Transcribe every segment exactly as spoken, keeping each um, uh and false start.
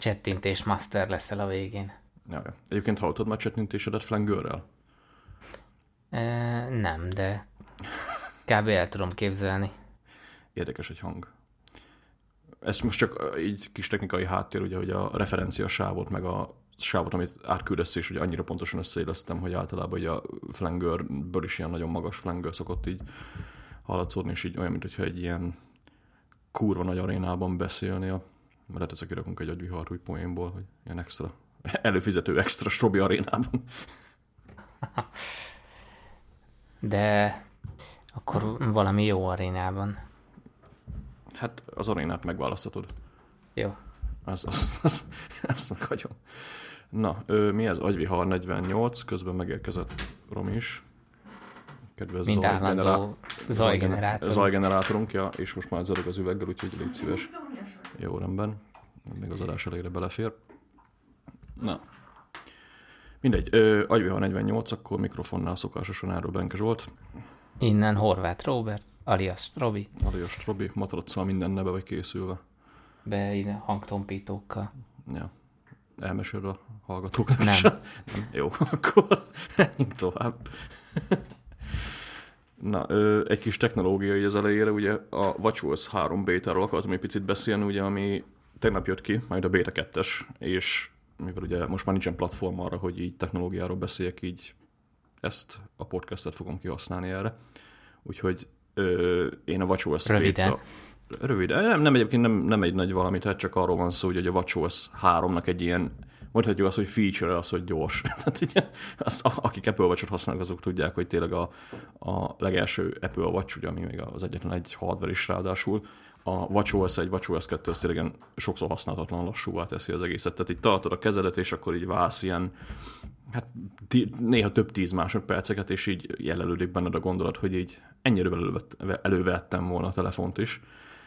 csettintés master leszel a végén. Ja, ja. Egyébként hallottad már csettintésedet Flangőrrel? E, nem, de kb. El tudom képzelni. Érdekes egy hang. Ez most csak így kis technikai háttér, ugye, hogy a referencia sávot, meg a sávot, amit átküldesz, és ugye annyira pontosan összeélesztem, hogy általában ugye a flangőrből is ilyen nagyon magas flangőr szokott így hallatszódni, és így olyan, mintha egy ilyen kurva nagy arénában beszélnél. Mert lehet ezzel kirakunk egy agyvihart úgy poénból, hogy ilyen extra, előfizető extra Strobi arénában. De akkor valami jó arénában. Hát az arénát megválaszthatod. Jó. Az, az, az, azt meghagyom. Na, ö, mi ez? Agyvihar negyvennyolc, közben megérkezett Romi is. Kedves Mind állandó zajgenerátor. Zajgenerátorunk, ja, és most már zörög az üveggel, úgyhogy légy szíves. Jó, rendben. Még az adás elejére belefér. Na. Mindegy, ö, Agyvihar negyvennyolc, akkor mikrofonnál szokásosan erről Benke Zsolt. Innen Horváth Róbert, alias Robi. Alias Robi, matracsal minden nebe vagy készülve. Be ide hangtompítókkal. Ja. Elmesél a hallgatóknak Nem. is? Nem. Jó, akkor menjünk tovább. Na, ö, egy kis technológiai az elejére, ugye a WatchOS három bétáról akartam egy picit beszélni, ugye, ami tegnap jött ki, majd a béta kettes, és mivel ugye most már nincsen platform arra, hogy így technológiáról beszéljek, így ezt a podcastet fogom kihasználni erre. Úgyhogy ö, én a WatchOS Röviden. béta... Röviden. Nem, nem egyébként nem, nem egy nagy valami, tehát csak arról van szó, hogy a WatchOS háromnak egy ilyen, mondhatjuk azt, hogy feature az, hogy gyors. Tehát így, az, akik Apple Watch-ot használnak, azok tudják, hogy tényleg a, a legelső Apple Watch, ugye, ami még az egyetlen egy hardware is ráadásul, a WatchOS egy, WatchOS kettő az tényleg sokszor használhatatlan lassúvá teszi az egészet. Tehát így tartod a kezedet, és akkor így válsz ilyen, hát néha több tíz másodperceket, és így jelölődik benned a gondolat, hogy így ennyire elővettem volna a telefont is.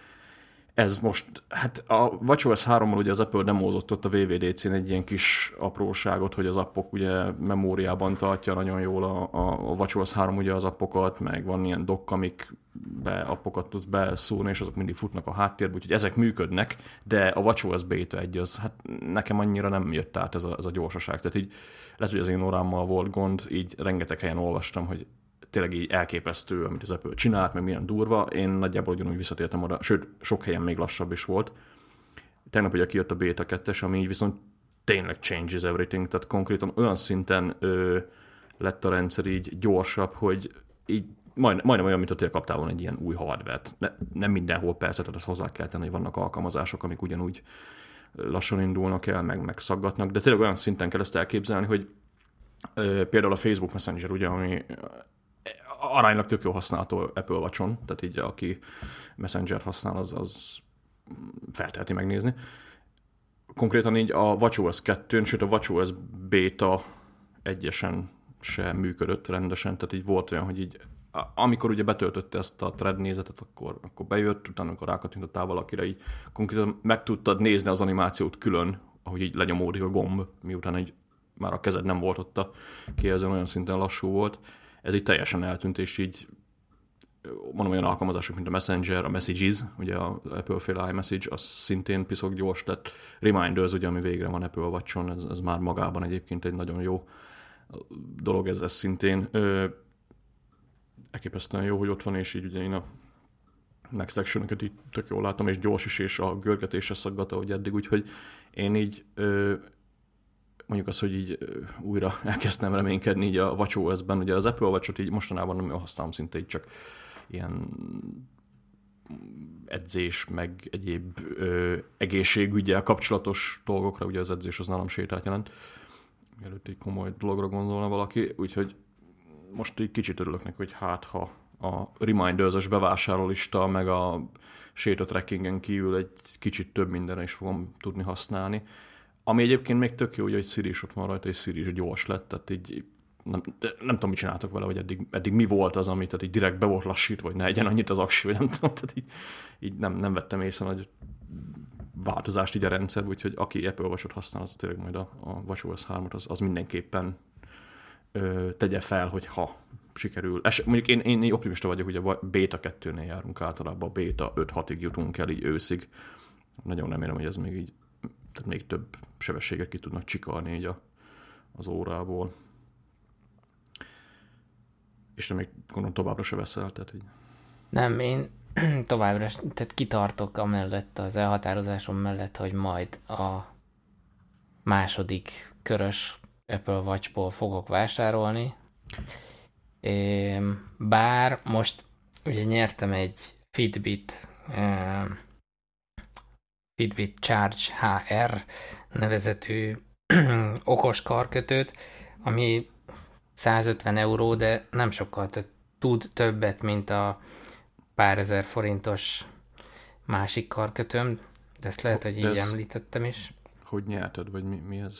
Ez most, hát a WatchOS hárommal ugye az Apple demózott ott a dupla vé dé cén egy ilyen kis apróságot, hogy az appok ugye memóriában tartja nagyon jól a, a WatchOS három ugye az appokat, meg van ilyen dock, amik be, appokat tudsz beszúrni, és azok mindig futnak a háttérbe, úgyhogy ezek működnek, de a WatchOS Beta egy az, hát nekem annyira nem jött át ez a, ez a gyorsaság. Tehát így lehet, hogy az én órámmal volt gond, így rengeteg helyen olvastam, hogy tényleg így elképesztő, amit az Apple csinált, meg milyen durva. Én nagyjából ugyanúgy visszatértem oda, sőt, sok helyen még lassabb is volt. Tegnap ugye kijött a Beta kettes, ami így viszont tényleg changes everything, tehát konkrétan olyan szinten ö, lett a rendszer így gyorsabb, hogy így majd, majdnem olyan, mint hogy kaptál volna egy ilyen új hardware-t. Ne, nem mindenhol persze, tehát ezt hozzá kell tenni, hogy vannak alkalmazások, amik ugyanúgy lassan indulnak el, meg, meg szaggatnak, de tényleg olyan szinten kell ezt elképzelni, hogy ö, például a Facebook Messenger, ugye, ami aránylag tök jó használható Apple Watch-on, tehát így aki Messenger használ, az, az felteheti megnézni. Konkrétan így a WatchOS kettőn, sőt a WatchOS Beta egyesen sem működött rendesen, tehát így volt olyan, hogy így amikor ugye betöltötte ezt a thread nézetet, akkor, akkor bejött, utána amikor rákattintottál valakire, így konkrétan meg tudtad nézni az animációt külön, ahogy így lenyomódik a gomb, miután így már a kezed nem volt ott a kijelzőn, olyan szinten lassú volt. Ez így teljesen eltűnt, és így mondom, olyan alkalmazások, mint a Messenger, a Messages, ugye a Apple-féle iMessage, az szintén piszok gyors lett. Reminders, ugye, ami végre van Apple Watch-on, ez, ez már magában egyébként egy nagyon jó dolog, ez, ez szintén. Ö, elképesztően jó, hogy ott van, és így ugye én a Next Action-öket így tök jól látom, és gyors is, és a görgetése szaggat, ahogy eddig, úgyhogy én így ö, mondjuk azt, hogy így újra elkezdtem reménykedni így a WatchOS-ben. Ugye az Apple Watch-ot így mostanában nem használom szinte, így csak ilyen edzés, meg egyéb ö, egészségügyel kapcsolatos dolgokra, ugye az edzés az nálam sétát jelent. Mielőtt egy komoly dologra gondolna valaki, úgyhogy most így kicsit örülök neki, hogy hát ha a Reminders-os bevásárlólista, meg a sétatrackingen kívül egy kicsit több mindenre is fogom tudni használni. Ami egyébként még tök jó, hogy egy Siri is ott van rajta, és Siri is gyors lett, tehát így nem, nem tudom, mit csináltok vele, hogy eddig, eddig mi volt az, ami, tehát így direkt be volt lassít, vagy ne egyen annyit az aksi, vagy nem tudom, tehát így, így nem, nem vettem észre nagy változást így a rendszerben, úgyhogy aki Apple Watch-ot használ, az tényleg majd a, a WatchOS hármat, az, az mindenképpen ö, tegye fel, hogy ha sikerül. Es, mondjuk én, én optimista vagyok, hogy a Beta kettőnél járunk általában, a Beta öt hatig jutunk el így őszig. Nagyon remélem, hogy ez még így tehát még több sebességet ki tudnak csikarni így a, az órából. És te még gondolom továbbra se veszel, tehát így. Nem, én továbbra, tehát kitartok amellett az elhatározásom mellett, hogy majd a második körös Apple Watchból fogok vásárolni. Bár most ugye nyertem egy Fitbit Fitbit Charge há er nevezetű okos karkötőt, ami százötven euró, de nem sokkal t- tud többet, mint a pár ezer forintos másik karkötőm, de ezt lehet, hogy így ez említettem is. Hogy nyerted, vagy mi, mi ez?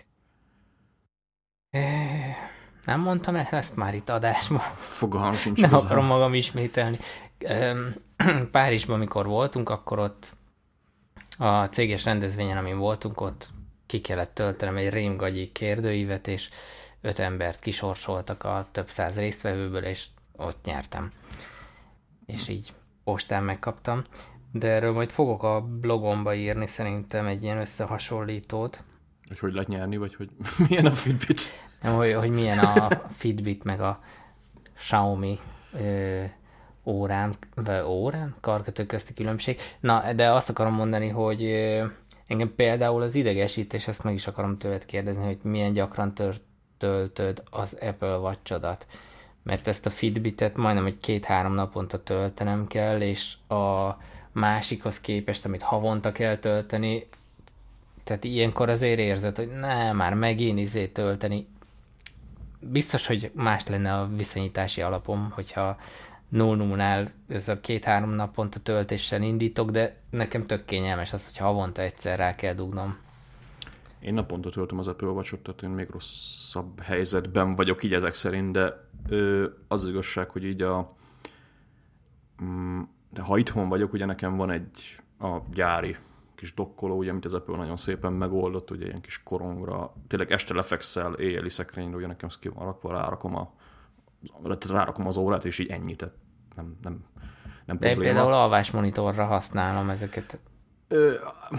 Nem mondtam ezt már itt adásban. Fogalmam sincs. Nem akarom magam ismételni. Párizsban, amikor voltunk, akkor ott a céges rendezvényen, amin voltunk, ott ki kellett töltenem egy rémgagyi kérdőívet, és öt embert kisorsoltak a több száz résztvevőből, és ott nyertem. És így postán megkaptam. De erről majd fogok a blogomba írni szerintem egy ilyen összehasonlítót. Hogy hogy lehet nyerni, vagy hogy milyen a Fitbit? Nem, hogy, hogy milyen a Fitbit, meg a Xiaomi ö, órám, vagy órám, karkötő közti különbség. Na, de azt akarom mondani, hogy ö, engem például az idegesítés, ezt meg is akarom tőled kérdezni, hogy milyen gyakran tört, töltöd az Apple Watch-odat. Mert ezt a Fitbitet majdnem, hogy két-három naponta töltenem kell, és a másikhoz képest, amit havonta kell tölteni, tehát ilyenkor azért érzed, hogy ne, már megint izé tölteni. Biztos, hogy más lenne a viszonyítási alapom, hogyha nulla nulla-nál ez a két-három naponta töltéssel indítok, de nekem tök kényelmes az, hogyha havonta egyszer rá kell dugnom. Én naponta töltöm az Apple Watch-ot, tehát én még rosszabb helyzetben vagyok így ezek szerint, de ö, az igazság, hogy így a... Mm, de ha itthon vagyok, ugye nekem van egy a gyári kis dokkoló, ugye, amit az Apple nagyon szépen megoldott, ugye ilyen kis korongra, tényleg este lefekszel, éjjeli szekrényre, ugye nekem ki van rakva, rárakom, a, rárakom az órát, és így ennyi, tehát nem, nem, nem de probléma. én például alvásmonitorra használom ezeket. Ö,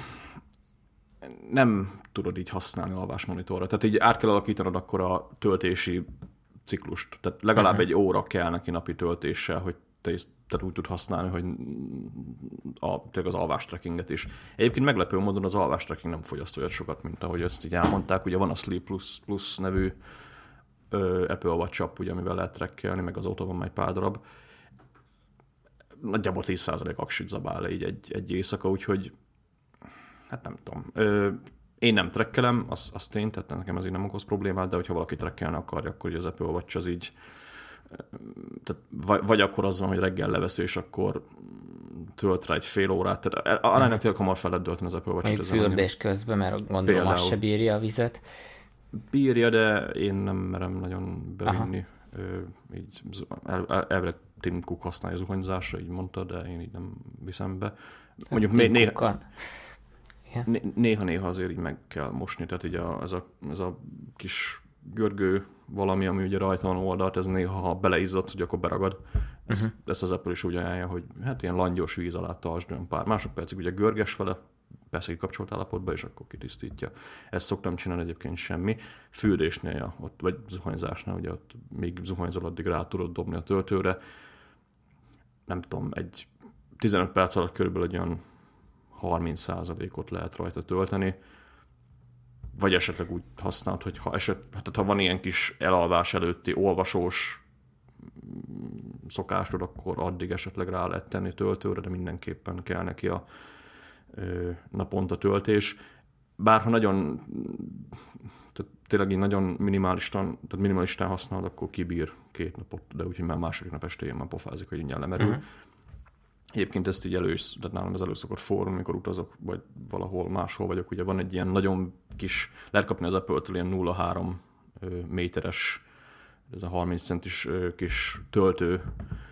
nem tudod így használni alvásmonitorra, tehát így át kell alakítanod akkor a töltési ciklust, tehát legalább uh-huh. egy óra kell neki napi töltéssel, hogy te is tehát úgy tud használni, hogy a, tényleg az alvástrackinget is. Egyébként meglepő módon az alvástracking nem fogyaszt olyat sokat, mint ahogy ezt így elmondták. Ugye van a Sleep Plus, Plus nevű ö, Apple Watch app, ugye, amivel lehet trackelni, meg azóta van majd pár darab. Nagyjából tíz százalék aksit zabál le így egy, egy éjszaka, úgyhogy hát nem tudom. Ö, én nem trekkelem, az, az tény, tehát nekem ez így nem okoz problémát, de hogyha valaki trekkelni akarja, akkor az Apple Watch az így tehát vagy akkor az van, hogy reggel levesz, és akkor tölt rá egy fél órát. Tehát aránylag tényleg hamar fel lehet tölteni az Apple Watch-ot. Még fürdés közben, mert gondolom például az se bírja a vizet. Bírja, de én nem merem nagyon bevinni. Ö, így elvileg Tim Cook használja zuhanyzásra, így mondta, de én így nem viszem be. Mondjuk né- néha, né- néha-néha azért így meg kell mosni, tehát így a, ez, a, ez a kis görgő valami, ami ugye rajta van oldalt, ez néha, ha beleizzadsz, ugye akkor beragad. Ezt, uh-huh. ezt az Apple is úgy ajánlja, hogy hát ilyen langyos víz alá tartsd olyan pár másodpercig, ugye görges vele, persze kapcsolt állapotba, és akkor kitisztítja. Ezt szoktam csinálni egyébként semmi. Fürdésnél, ott, vagy zuhanyzásnál, ugye ott még zuhanyzol, addig rá tudod dobni a töltőre. Nem tudom, egy tizenöt perc alatt körülbelül egy olyan harminc százalékot lehet rajta tölteni. Vagy esetleg úgy használod, hogy ha, eset, hát, ha van ilyen kis elalvás előtti olvasós szokásod, akkor addig esetleg rá lehet tenni töltőre, de mindenképpen kell neki a ö, naponta töltés. Bárha nagyon, tehát tényleg így nagyon minimálisan, tehát minimalistán használod, akkor kibír két napot, de úgyhogy már második nap estéjén már pofázik, hogy így lemerül. Uh-huh. Egyébként ezt így elősz, tehát nálam ez előszokott fordulni, amikor utazok, vagy valahol máshol vagyok, ugye van egy ilyen nagyon kis, lehet kapni az Apple-től ilyen nulla egész három méteres, ez a harminc centis kis töltő,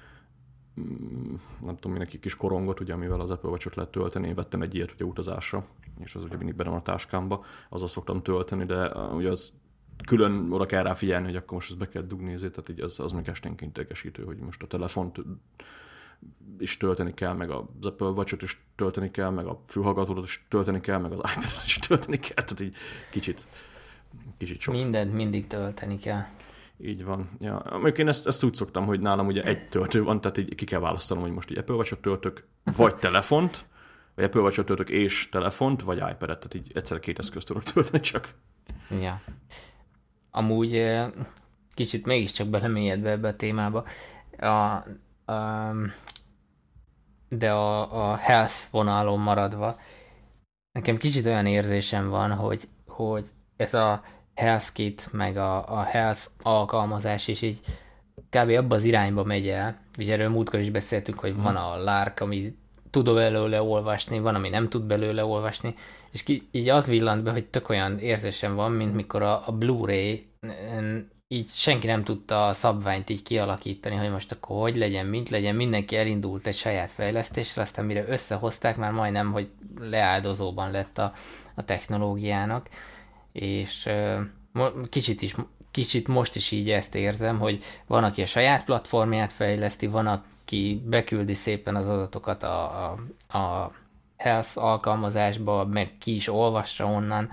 nem tudom, mindenki kis korongot, ugye, amivel az Apple Watch-ot lehet tölteni. Én vettem egy ilyet ugye utazásra, és az ugye mindig benne van a táskámba, azzal szoktam tölteni, de ugye az külön oda kell rá figyelni, hogy akkor most ezt be kell dugni, ezért, tehát így az, az még esténként idegesítő, hogy most a telefont is tölteni kell, meg az Apple Watch-ot is tölteni kell, meg a fülhallgatót is tölteni kell, meg az iPad-et is tölteni kell, tehát így kicsit, kicsit sok. Mindent mindig tölteni kell. Így van. Ja. Amikor én ezt, ezt úgy szoktam, hogy nálam ugye egy töltő van, tehát így ki kell választanom, hogy most egy Apple Watch-ot töltök, vagy telefont, vagy Apple Watch-ot töltök és telefont, vagy iPad-et, tehát így egyszerre két eszközt tudok tölteni csak. Ja. Amúgy kicsit mégiscsak belemélyedve ebbe a témába, a, a, de a, a health vonalon maradva, nekem kicsit olyan érzésem van, hogy, hogy ez a Health Kit, meg a, a Health alkalmazás is így kb. Abba az irányba megy el. Ugye erről múltkor is beszéltünk, hogy van a Lark, ami tud belőle olvasni, van, ami nem tud belőle olvasni, és ki, így az villant be, hogy tök olyan érzésem van, mint mikor a, a Blu-ray így senki nem tudta a szabványt így kialakítani, hogy most akkor hogy legyen, mint legyen, mindenki elindult egy saját fejlesztésre, aztán mire összehozták, már majdnem, hogy leáldozóban lett a, a technológiának, és uh, kicsit is, kicsit most is így ezt érzem, hogy van, aki a saját platformját fejleszti, van, aki beküldi szépen az adatokat a, a, a Health alkalmazásba, meg ki is olvassa onnan.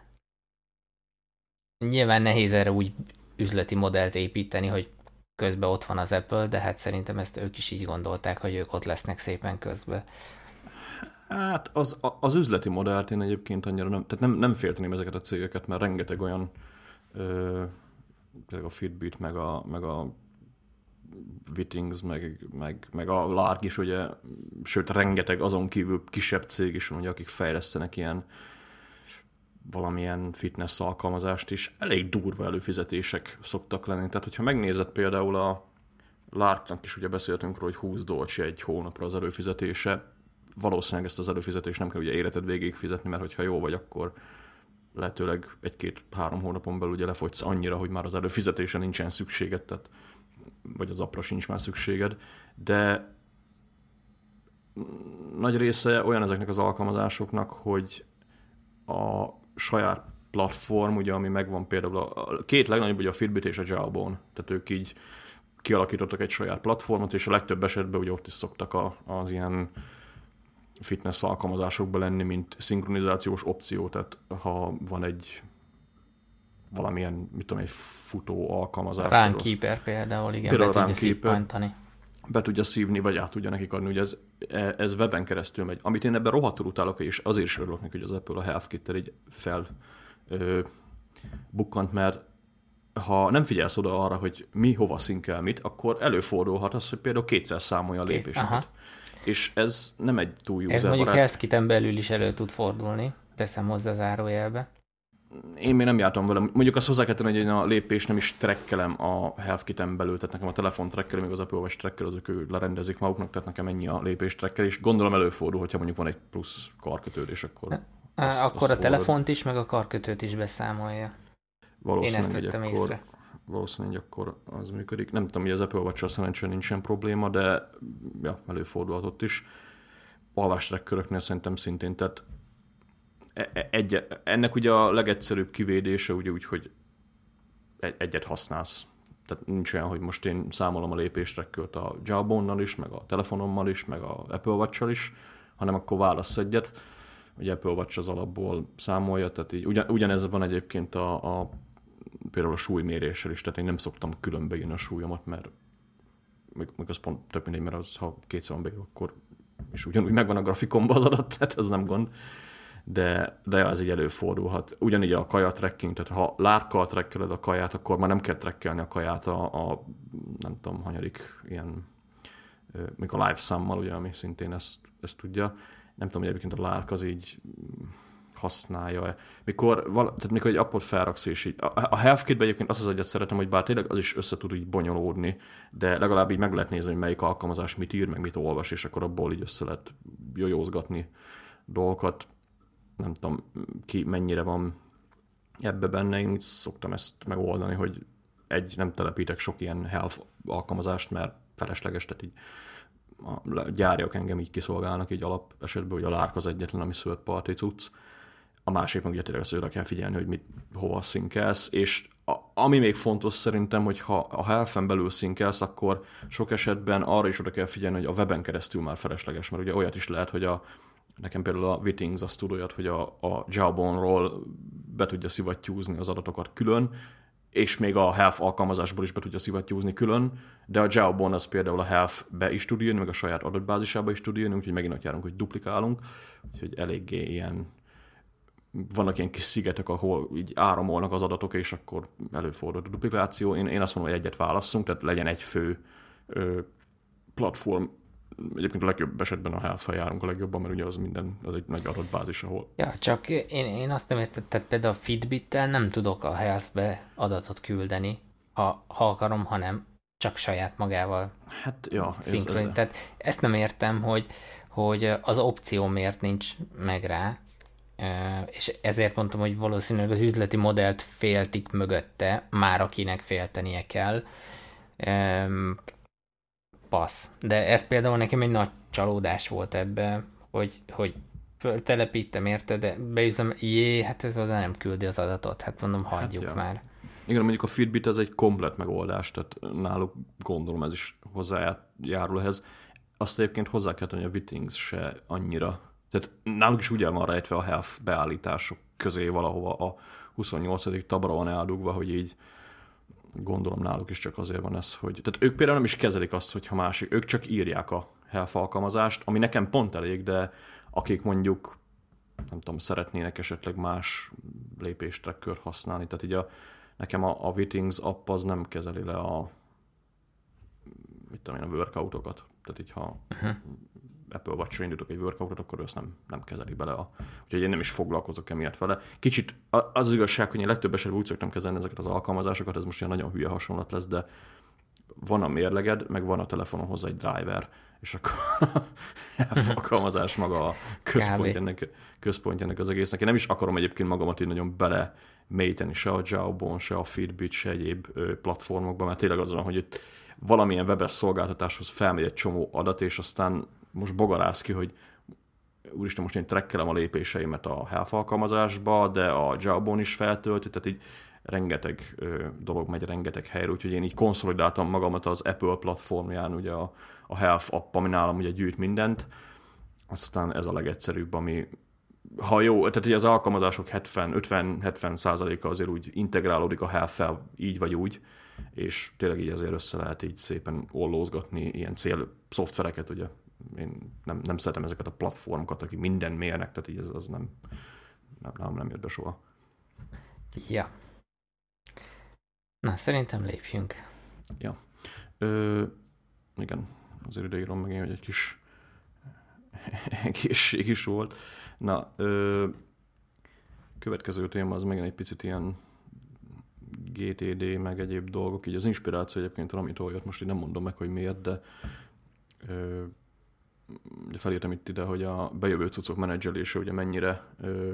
Nyilván nehéz erre úgy üzleti modellt építeni, hogy közben ott van az Apple, de hát szerintem ezt ők is így gondolták, hogy ők ott lesznek szépen közben. Hát az, az üzleti modellt én egyébként annyira nem, tehát nem, nem félteném ezeket a cégeket, mert rengeteg olyan ö, a Fitbit, meg a, meg a Wittings, meg, meg, meg a Lark is, ugye, sőt, rengeteg azon kívül kisebb cég is van, ugye, akik fejlesztenek ilyen valamilyen fitness alkalmazást is. Elég durva előfizetések szoktak lenni. Tehát, hogyha megnézed például a Larknak is, ugye beszéltünk róla, hogy húsz dolcsi egy hónapra az előfizetése, valószínűleg ezt az előfizetést nem kell ugye életed végig fizetni, mert hogyha jó vagy, akkor lehetőleg egy-két-három hónapon belül ugye lefogysz annyira, hogy már az előfizetése nincsen szükséged, tehát, vagy az appra sincs már szükséged, de nagy része olyan ezeknek az alkalmazásoknak, hogy a saját platform, ugye, ami megvan például a két legnagyobb, ugye a Fitbit és a Jawbone, tehát ők így kialakítottak egy saját platformot, és a legtöbb esetben ugye ott is szoktak a, az ilyen fitness alkalmazásokban lenni, mint szinkronizációs opció, tehát ha van egy valamilyen, mit tudom, egy futó alkalmazás. Runkeeper például, igen, például be tudja szippantani. Be tudja szívni, vagy át tudja nekik adni, ugye ez, ez weben keresztül megy. Amit én ebben rohadtul utálok, és azért is örülök neki, hogy az Apple a Health Kit-tel így fel ö, bukkant, mert ha nem figyelsz oda arra, hogy mi hova szinkel mit, akkor előfordulhat az, hogy például kétszer számolja a lépéseket. Aha. És ez nem egy túl jó. Ez mondjuk Health Kiten belül is elő tud fordulni, teszem hozzá zárójelbe. Én még nem jártam vele. Mondjuk azt hozzá kell tenni, hogy én a lépést nem is trekkelem a Health Kiten belül, tehát nekem a telefon trekkel, még az Apple Watch trekkel, azok ő lerendezik maguknak, tehát nekem ennyi a lépés trekkel, és gondolom előfordul, hogyha mondjuk van egy plusz karkötődés, akkor... Azt, akkor azt a telefont is, meg a karkötőt is beszámolja. Valószínűleg, én ezt vettem akkor, észre. Valószínűleg akkor az működik. Nem tudom, hogy az Apple Watch-sal szerencsére nincsen probléma, de ja, előfordulhatott is. Alvástrekkeröknél szerintem szintén, tehát Egy, ennek ugye a legegyszerűbb kivédése ugye úgy, hogy egyet használsz. Tehát nincs olyan, hogy most én számolom a lépéstrekkölt a Jawbone-nal is, meg a telefonommal is, meg a Apple Watch-sal is, hanem akkor válasz egyet. Ugye Apple Watch az alapból számolja, tehát így ugyan, ugyanez van egyébként a, a például a súlyméréssel is, tehát én nem szoktam különbeírni a súlyomat, mert még, még az pont több mindegy, mert az, ha kétszer van beírva, akkor és ugyanúgy megvan a grafikomban az adat, tehát ez nem gond. De, de az így előfordulhat. Ugyanígy a kaja tracking, tehát ha lárkkal trekkeled a kaját, akkor már nem kell trekkelni a kaját a, a nem tudom, hanyadik ilyen, még a live számmal, ugye, ami szintén ezt, ezt tudja. Nem tudom, hogy egyébként a lárk az így használja-e. Mikor, tehát mikor egy appot felraksz, és így, a, a Health Kitben egyébként azt az egyet szeretem, hogy bár tényleg az is össze tud így bonyolódni, de legalább így meg lehet nézni, hogy melyik alkalmazás mit ír, meg mit olvas, és akkor abból így össze lehet jojózgatni dolgokat. Nem tudom, ki mennyire van ebbe benne, én úgy szoktam ezt megoldani, hogy egy, nem telepítek sok ilyen health alkalmazást, mert felesleges, tehát így a gyáriak engem így kiszolgálnak így alap esetben, hogy a Lark az egyetlen, ami third party cucc. A másik meg ugye tényleg azt, hogy oda kell figyelni, hogy mit, hova szinkelsz, és a, ami még fontos szerintem, hogy ha a Health-en belül szinkelsz, akkor sok esetben arra is oda kell figyelni, hogy a weben keresztül már felesleges, mert ugye olyat is lehet, hogy a, nekem például a Wittings azt tud olyat, hogy a, a Jawbone-ról be tudja szivattyúzni az adatokat külön, és még a Health alkalmazásból is be tudja szivattyúzni külön, de a Jawbone az például a Health-be is tud jönni, meg a saját adatbázisába is tud jönni, úgyhogy megint ott járunk, hogy duplikálunk, úgyhogy eléggé ilyen, vannak ilyen kis szigetek, ahol így áramolnak az adatok, és akkor előfordul a duplikáció. Én, én azt mondom, hogy egyet válasszunk, tehát legyen egy fő ö, platform. Egyébként a legjobb esetben a Health-fel járunk a legjobban, mert ugye az minden, az egy nagy adatbázis, ahol... Ja, csak én, én azt nem értem, tehát például a Fitbit-tel nem tudok a Health-be adatot küldeni, ha, ha akarom, ha nem, csak saját magával hát, ja, szinkron. ez, ez... Tehát ezt nem értem, hogy, hogy az opció miért nincs meg rá, és ezért mondtam, hogy valószínűleg az üzleti modellt féltik mögötte, már akinek féltenie kell. Passz. De ez például nekem egy nagy csalódás volt ebbe, hogy, hogy föltelepítem, érte, de beüzem, jé, hát ez oda nem küldi az adatot, hát mondom, hagyjuk hát, ja. már. Igen, mondjuk a Fitbit ez egy komplet megoldás, tehát náluk gondolom ez is hozzájárul ehhez. Azt egyébként hozzá kell tenni, hogy a Wittings se annyira. Tehát náluk is úgy el van rejtve a Health beállítások közé valahova a huszonnyolcadik tabra van eldugva, hogy így gondolom náluk is csak azért van ez, hogy... Tehát ők például nem is kezelik azt, hogyha másik, ők csak írják a Health alkalmazást, ami nekem pont elég, de akik mondjuk, nem tudom, szeretnének esetleg más lépéstrekkört használni, tehát így a, nekem a, a Wittings app az nem kezeli le a mit tudom én, a workoutokat. Tehát így ha uh-huh. Apple Watch-ra indítok egy workoutot, akkor ő azt nem, nem kezeli bele. A... Úgyhogy én nem is foglalkozok emiatt vele. Kicsit az, az igazság, hogy én legtöbb esetben úgy szoktam kezelni ezeket az alkalmazásokat, ez most ilyen nagyon hülye hasonlat lesz, de van a mérleged, meg van a telefonon hozzá egy driver, és akkor a alkalmazás maga a központja ennek, központja ennek az egésznek. Én nem is akarom egyébként magamat így nagyon bele mélyteni se a Jawbone, se a Fitbit, se egyéb platformokba, mert tényleg az van, hogy itt valamilyen webes szolgáltatáshoz felmegy egy csomó adat, és aztán most bogarász ki, hogy úristen, most én trekkelem a lépéseimet a Health alkalmazásba, de a Jawbone is feltölti, tehát így rengeteg ö, dolog megy rengeteg helyre, úgyhogy én így konszolidáltam magamat az Apple platformján, ugye a, a Health app, ami nálam ugye gyűjt mindent, aztán ez a legegyszerűbb, ami ha jó, tehát ugye az alkalmazások ötven-hetven százaléka azért úgy integrálódik a Health-fel így vagy úgy, és tényleg így azért össze lehet így szépen ollózgatni ilyen cél szoftvereket, ugye én nem, nem szeretem ezeket a platformokat, akik minden mérnek, tehát így ez az nem, nem, nem, nem jött be soha. Ja. Na, szerintem lépjünk. Ja. Ö, igen, azért ide írom meg én, hogy egy kis egészség is volt. Na, ö, következő téma az megint egy picit ilyen gé té dé, meg egyéb dolgok. Így az inspiráció egyébként Ramitól jött, most így nem mondom meg, hogy miért, de ö, felírtam itt ide, hogy a bejövő cuccok menedzselése ugye mennyire ö,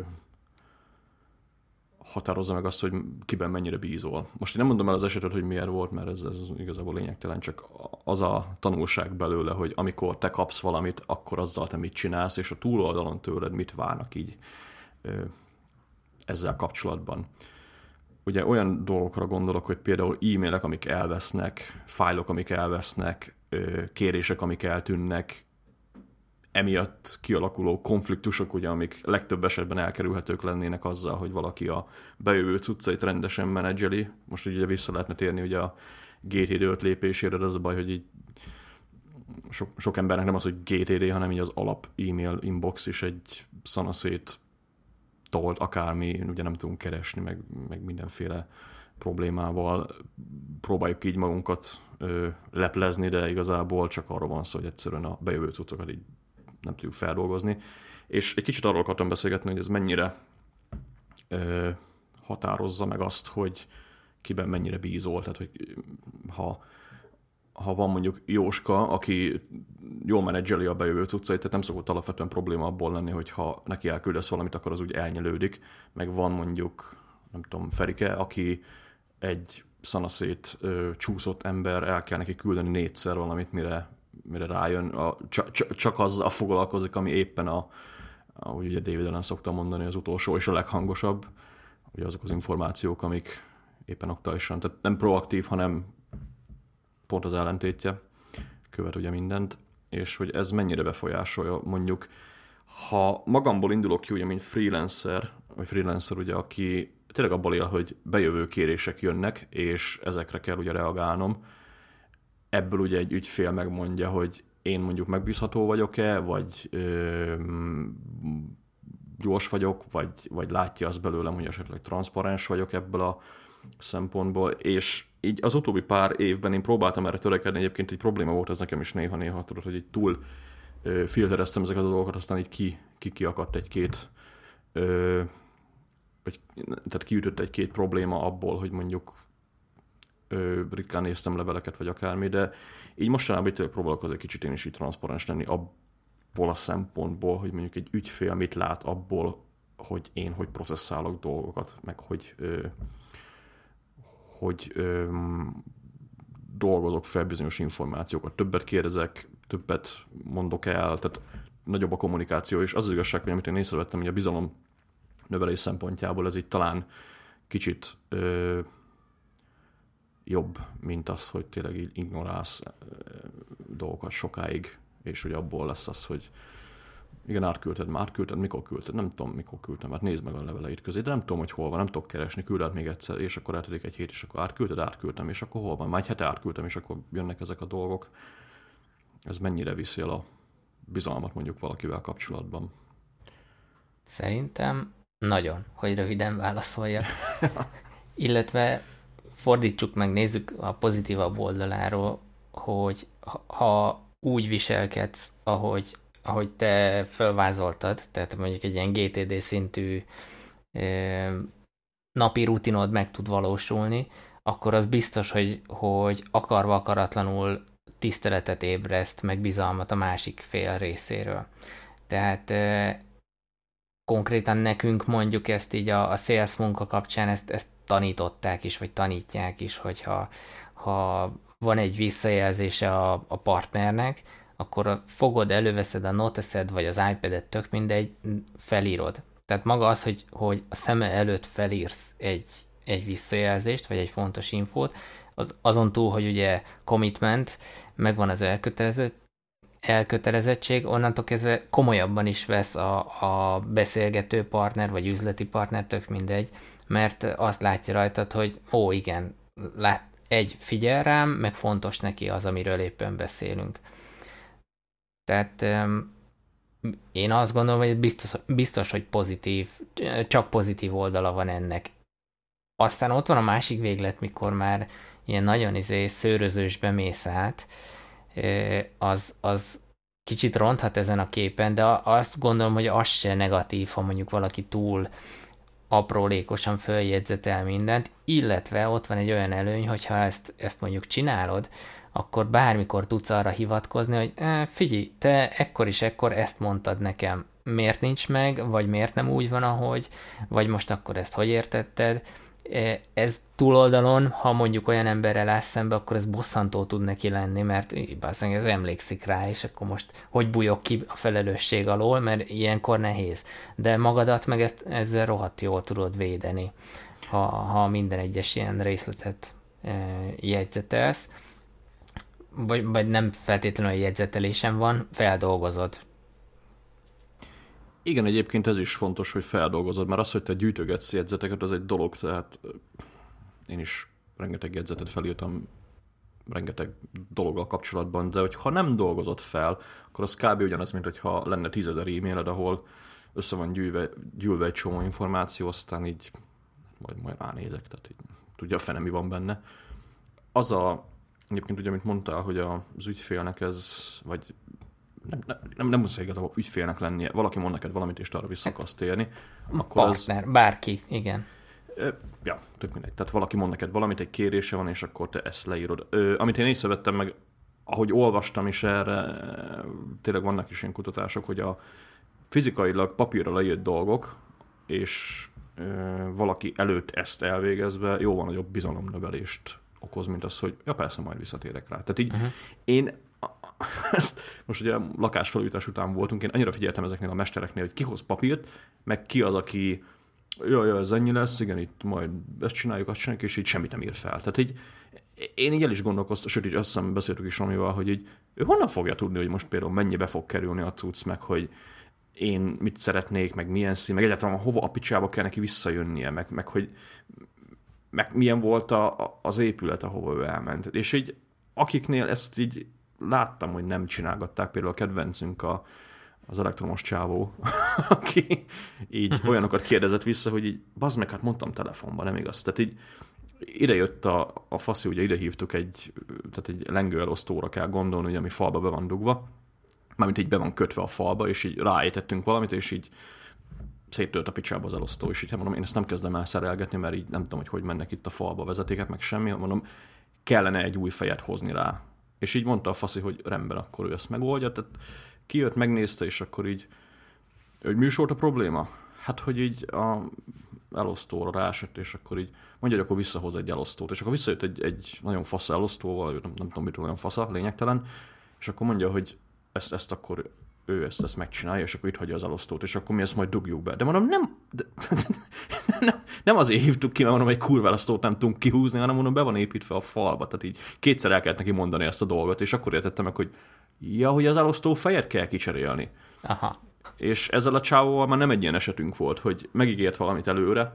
határozza meg azt, hogy kiben mennyire bízol. Most én nem mondom el az esetet, hogy miért volt, mert ez, ez igazából lényegtelen, csak az a tanulság belőle, hogy amikor te kapsz valamit, akkor azzal te mit csinálsz, és a túloldalon tőled mit várnak így ö, ezzel kapcsolatban. Ugye olyan dolgokra gondolok, hogy például e-mailek, amik elvesznek, fájlok, amik elvesznek, ö, kérések, amik eltűnnek, emiatt kialakuló konfliktusok, ugye, amik legtöbb esetben elkerülhetők lennének azzal, hogy valaki a bejövő cuccait rendesen menedzseli. Most ugye vissza lehetne térni ugye a gé té dé öt lépésére, de az a baj, hogy így sok, sok embernek nem az, hogy gé té dé, hanem így az alap e-mail inbox is egy szanaszét tolt, akármi, ugye nem tudunk keresni, meg, meg mindenféle problémával próbáljuk így magunkat ö, leplezni, de igazából csak arról van szó, hogy egyszerűen a bejövő cuccokat így nem tudjuk feldolgozni. És egy kicsit arról akartam beszélgetni, hogy ez mennyire ö, határozza meg azt, hogy kiben mennyire bízol. Tehát, hogy ha, ha van mondjuk Jóska, aki jól menedzseli a bejövő cuccait, tehát nem szokott alapvetően probléma abból lenni, hogy ha neki elküldesz valamit, akkor az úgy elnyelődik. Meg van mondjuk, nem tudom, Ferike, aki egy szanaszét ö, csúszott ember, el kell neki küldeni négyszer valamit, mire, mire rájön. A, csak, csak azzal foglalkozik, ami éppen a, ahogy ugye David Allen szokta mondani, az utolsó és a leghangosabb. Ugye azok az információk, amik éppen aktuálisan. Tehát nem proaktív, hanem pont az ellentétje, követ ugye mindent, és hogy ez mennyire befolyásolja mondjuk, ha magamból indulok ki ugye, mint freelancer, vagy freelancer ugye, aki tényleg abból él, hogy bejövő kérések jönnek, és ezekre kell ugye reagálnom, ebből ugye egy ügyfél megmondja, hogy én mondjuk megbízható vagyok-e, vagy ö, gyors vagyok, vagy, vagy látja azt belőlem, hogy esetleg transzparens vagyok ebből a szempontból, és így az utóbbi pár évben én próbáltam erre törekedni, egyébként egy probléma volt ez nekem is néha-néha, tudod, hogy így túl ö, filtereztem ezeket a dolgokat, aztán így ki, ki kiakadt egy-két, ö, vagy, tehát kiütött egy-két probléma abból, hogy mondjuk ö, ritkán néztem leveleket, vagy akármi, de így mostanában így tényleg próbálok azért kicsit én is így transzparens lenni abból a szempontból, hogy mondjuk egy ügyfél mit lát abból, hogy én hogy processzálok dolgokat, meg hogy ö, hogy ö, dolgozok fel bizonyos információkat. Többet kérdezek, többet mondok el, tehát nagyobb a kommunikáció, és az, az igazság, hogy amit én észrevettem, hogy a bizalom növelés szempontjából ez így talán kicsit ö, jobb, mint az, hogy tényleg így ignorálsz dolgokat sokáig, és hogy abból lesz az, hogy igen, átküldted, már küldted, mikor küldted, nem tudom, mikor küldtem, hát nézd meg a leveleit közé, de nem tudom, hogy hol van, nem tudok keresni, külded még egyszer, és akkor eltelik egy hét, és akkor átküldted, átküldtem, és akkor hol van, már egy hete átküldtem, és akkor jönnek ezek a dolgok. Ez mennyire viszi el a bizalmat mondjuk valakivel kapcsolatban? Szerintem nagyon, hogy röviden válaszoljak. Illetve fordítsuk meg, nézzük a pozitívabb oldaláról, hogy ha úgy viselkedsz, ahogy ahogy te felvázoltad, tehát mondjuk egy ilyen gé té dé szintű ö, napi rutinod meg tud valósulni, akkor az biztos, hogy, hogy akarva akaratlanul tiszteletet ébreszt, meg bizalmat a másik fél részéről. Tehát ö, konkrétan nekünk mondjuk ezt így a, a sales munka kapcsán ezt, ezt tanították is, vagy tanítják is, hogyha ha van egy visszajelzése a, a partnernek, akkor fogod, előveszed a noteszed, vagy az iPad-et, tök mindegy, felírod. Tehát maga az, hogy, hogy a szeme előtt felírsz egy, egy visszajelzést, vagy egy fontos infót, az azon túl, hogy ugye commitment, megvan az elkötelezett, elkötelezettség, onnantól kezdve komolyabban is vesz a, a beszélgető partner, vagy üzleti partner, tök mindegy, mert azt látja rajtad, hogy ó, igen, lát, egy, figyel rám, meg fontos neki az, amiről éppen beszélünk. Tehát um, én azt gondolom, hogy biztos, biztos, hogy pozitív, csak pozitív oldala van ennek. Aztán ott van a másik véglet, mikor már ilyen nagyon izé szőrözősbe mész át, az, az kicsit ronthat ezen a képen, de azt gondolom, hogy az se negatív, ha mondjuk valaki túl aprólékosan följegyzetel mindent, illetve ott van egy olyan előny, hogyha ezt, ezt mondjuk csinálod, akkor bármikor tudsz arra hivatkozni, hogy eh, figyelj, te ekkor is ekkor ezt mondtad nekem, miért nincs meg, vagy miért nem úgy van, ahogy, vagy most akkor ezt hogy értetted. Ez túloldalon, ha mondjuk olyan emberrel állsz szembe, akkor ez bosszantó tud neki lenni, mert ez emlékszik rá, és akkor most hogy bújok ki a felelősség alól, mert ilyenkor nehéz. De magadat meg ezt, ezzel rohadt jól tudod védeni, ha, ha minden egyes ilyen részletet e, jegyzetelsz. Vagy, vagy nem feltétlenül jegyzetelésen van, feldolgozod. Igen, egyébként ez is fontos, hogy feldolgozod, mert az, hogy te gyűjtögetsz jegyzeteket, az egy dolog, tehát én is rengeteg jegyzetet felírtam rengeteg dologgal kapcsolatban, de hogyha nem dolgozod fel, akkor az kb. Ugyanaz, mint hogyha lenne tízezer e-mailed, ahol össze van gyűlve, gyűlve egy csomó információ, aztán így majd, majd ránézek, tehát így tudja a fene, mi van benne. Az a, egyébként ugye, amit mondtál, hogy az ügyfélnek ez, vagy nem, nem, nem muszáj igazából ügyfélnek lennie, valaki mond neked valamit, és te arra vissza akarsz térni, akkor partner, az... bárki, igen. Ja, tök mindegy. Tehát valaki mond neked valamit, egy kérése van, és akkor te ezt leírod. Ö, amit én észrevettem meg, ahogy olvastam is erre, tényleg vannak is ilyen kutatások, hogy a fizikailag papírra leírt dolgok, és ö, valaki előtt ezt elvégezve jóval nagyobb bizalomnövelést okoz, mint az, hogy ja persze, majd visszatérek rá. Tehát így uh-huh. én ezt, most ugye lakásfelújítás után voltunk, én annyira figyeltem ezeknél a mestereknél, hogy ki hoz papírt, meg ki az, aki jaj, jaj, ez ennyi lesz, igen, itt majd ezt csináljuk, azt csináljuk, és így semmit nem ír fel. Tehát így én így el is gondolkoztam, sőt, így azt hiszem beszéltük is Romival, hogy így ő honnan fogja tudni, hogy most például mennyibe fog kerülni a cucc, meg hogy én mit szeretnék, meg milyen szín, meg egyáltalán hova a picsába kell neki visszajönnie, meg, meg hogy meg milyen volt a, az épület, ahova ő elment. És így akiknél ezt így láttam, hogy nem csinálgatták, például a kedvencünk a, az elektromos csávó, aki így olyanokat kérdezett vissza, hogy így, bazd meg, hát mondtam telefonban, nem igaz? Tehát így ide jött a, a faszi, ugye ide hívtuk egy, tehát egy lengőelosztóra kell gondolni, ugye, ami falba be van dugva, mármint így be van kötve a falba, és így ráétettünk valamit, és így széttölt a picsába az elosztó, és így hát mondom, én ezt nem kezdem el szerelgetni, mert így nem tudom, hogy hogy mennek itt a falba vezetékek, meg semmi, mondom, kellene egy új fejet hozni rá. És így mondta a faszi, hogy rendben, akkor ő ezt megoldja, tehát kijött, megnézte, és akkor így, hogy mi is volt a probléma? Hát, hogy így a elosztóra ráesett, és akkor így mondja, hogy akkor visszahoz egy elosztót. És akkor visszajött egy, egy nagyon fasz elosztóval, nem, nem tudom, mit olyan fasza, lényegtelen, és akkor mondja, hogy ezt, ezt akkor ő ezt, ezt megcsinálja, és akkor itt hagyja az elosztót, és akkor mi ezt majd dugjuk be. De mondom, nem, de, nem, nem azért hívtuk ki, mert mondom, egy kurva elosztót nem tudunk kihúzni, hanem mondom, be van építve a falba. Tehát így kétszer el kellett neki mondani ezt a dolgot, és akkor értettem meg, hogy ja, hogy az elosztó fejet kell kicserélni. Aha. És ezzel a csávóval már nem egy ilyen esetünk volt, hogy megígért valamit előre,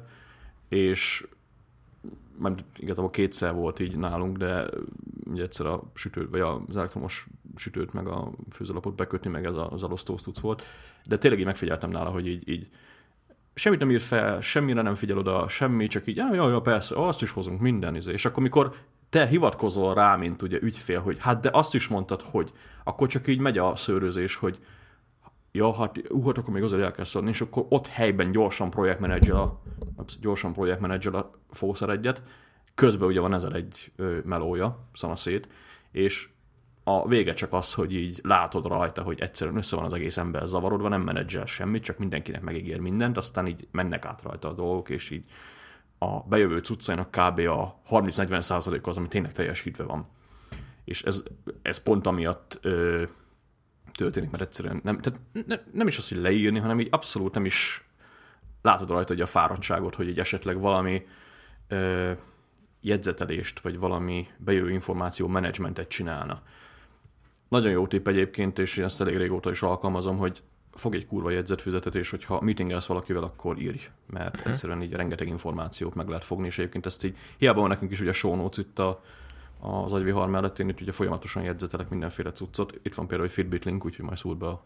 és mert igazából kétszer volt így nálunk, de ugye egyszer a sütőt, vagy az elektromos sütőt, meg a főzőlapot bekötni, meg ez az elosztós cucc volt. De tényleg így megfigyeltem nála, hogy így, így semmit nem ír fel, semmire nem figyel oda, semmi, csak így, ja, ja, ja persze, azt is hozunk, minden izé. És akkor, mikor te hivatkozol rá, mint ugye ügyfél, hogy hát de azt is mondtad, hogy akkor csak így megy a szőrözés, hogy ja, hát uhat, akkor még azért el kell szólni, és akkor ott helyben gyorsan projektmenedzsel a, gyorsan projektmenedzsel a fószer egyet, közben ugye van ezer egy melója, szanaszét, és a vége csak az, hogy így látod rajta, hogy egyszerűen össze van az egész ember zavarodva, nem menedzsel semmit, csak mindenkinek megígér mindent, aztán így mennek át rajta a dolgok, és így a bejövő cuccainak kb. A harminc-negyven százalék az, ami tényleg teljesítve van. És ez, ez pont amiatt ö, történik, mert egyszerűen nem, tehát ne, nem is az, hogy leírni, hanem így abszolút nem is látod rajta, hogy a fáradtságot, hogy így esetleg valami ö, jegyzetelést, vagy valami bejövő információ menedzsmentet csinálna. Nagyon jó tipp egyébként, és én ezt elég régóta is alkalmazom, hogy fog egy kurva jegyzetfüzetet, és hogyha meetingelsz valakivel, akkor írj, mert uh-huh. egyszerűen így rengeteg információt meg lehet fogni, és egyébként ezt így, hiába van nekünk is ugye a show notes itt a, az agyvihar mellett, én itt ugye folyamatosan jegyzetelek mindenféle cuccot. Itt van például egy Fitbit link, úgyhogy majd szúr be a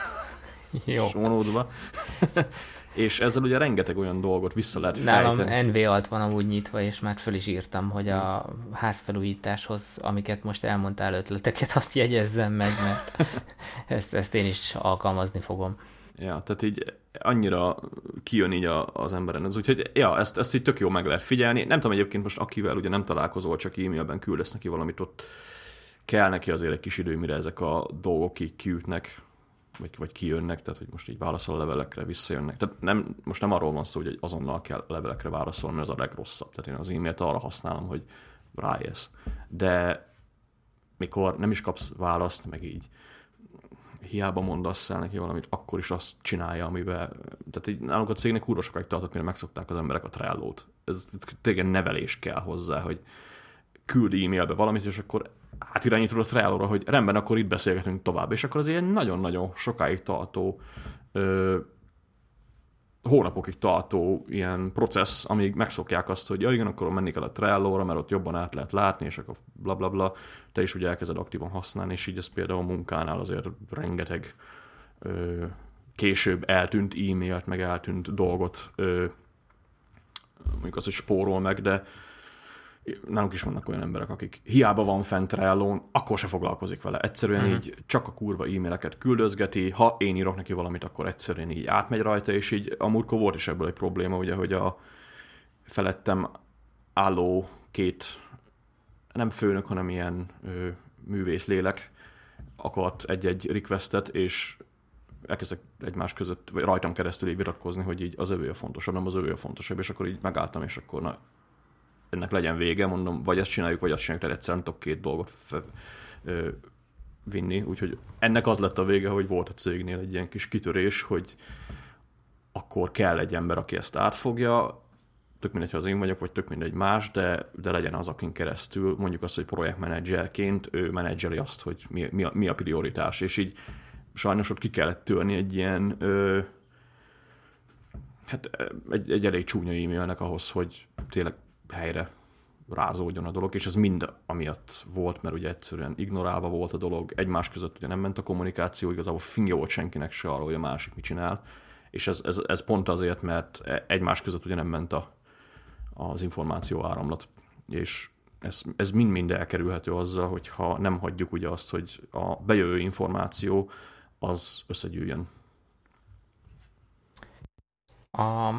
jó. show notes-ba. És ezzel ugye rengeteg olyan dolgot vissza lehet fejteni. Nálam en vé alt van amúgy nyitva, és már föl is írtam, hogy a házfelújításhoz, amiket most elmondtál ötleteket, azt jegyezzem meg, mert ezt, ezt én is alkalmazni fogom. Ja, tehát így annyira kijön így a, az emberen ez, úgyhogy ja, ezt, ezt így tök jó meg lehet figyelni. Nem tudom egyébként most akivel ugye nem találkozol, csak e-mailben küldesz neki valamit, ott kell neki azért egy kis idő, mire ezek a dolgok így kiütnek, vagy, vagy kijönnek, tehát hogy most így válaszol a levelekre, visszajönnek. Tehát nem, most nem arról van szó, hogy azonnal kell a levelekre válaszolni, mert az a legrosszabb. Tehát én az e-mailt arra használom, hogy rájössz. De mikor nem is kapsz választ, meg így hiába mondasz el neki valamit, akkor is azt csinálja, amiben... Tehát így nálunk a cégnek kurva sokáig tartott, mire megszokták az emberek a Trello-t. Ez tényleg nevelés kell hozzá, hogy küld e-mailbe valamit, és akkor átirányítod a Trello-ra, hogy rendben, akkor itt beszélgetünk tovább. És akkor az ilyen nagyon-nagyon sokáig tartó, ö, hónapokig tartó ilyen processz, amíg megszokják azt, hogy ja igen, akkor menni kell a Trello-ra, mert ott jobban át lehet látni, és akkor blablabla, bla, bla. Te is ugye elkezded aktívan használni, és így ez például a munkánál azért rengeteg ö, később eltűnt e-mailt, meg eltűnt dolgot ö, mondjuk az, hogy spórol meg, de nálunk is vannak olyan emberek, akik hiába van fent Trello-n, akkor se foglalkozik vele. Egyszerűen mm-hmm. így csak a kurva e-maileket küldözgeti, ha én írok neki valamit, akkor egyszerűen így átmegy rajta, és így a múltkor volt is ebből egy probléma, ugye, hogy a felettem álló két, nem főnök, hanem ilyen ö, művészlélek akart egy-egy requestet, és elkezdtek egymás között, vagy rajtam keresztül így vitatkozni, hogy így az övé a fontosabb, nem az övé a fontosabb, és akkor így megálltam, és akkor na, ennek legyen vége, mondom, vagy ezt csináljuk, vagy azt csináljuk, tehát egyszerűen tudok két dolgot fe, ö, vinni, úgyhogy ennek az lett a vége, hogy volt a cégnél egy ilyen kis kitörés, hogy akkor kell egy ember, aki ezt átfogja, tök mindegy, ha az én vagyok, vagy tök mindegy más, de, de legyen az, akin keresztül, mondjuk azt, hogy projektmenedzserként ő menedzseri azt, hogy mi, mi, a, mi a prioritás, és így sajnos ott ki kellett törni egy ilyen ö, hát egy, egy elég csúnya e-mailnek ahhoz, hogy tényleg helyre rázódjon a dolog, és ez mind amiatt volt, mert ugye egyszerűen ignorálva volt a dolog, egymás között ugye nem ment a kommunikáció, igazából fingja volt senkinek se arról, hogy a másik mit csinál, és ez, ez, ez pont azért, mert egymás között ugye nem ment a, az információ áramlat, és ez, ez mind-mind elkerülhető azzal, hogyha nem hagyjuk ugye azt, hogy a bejövő információ az összegyűjjön. A...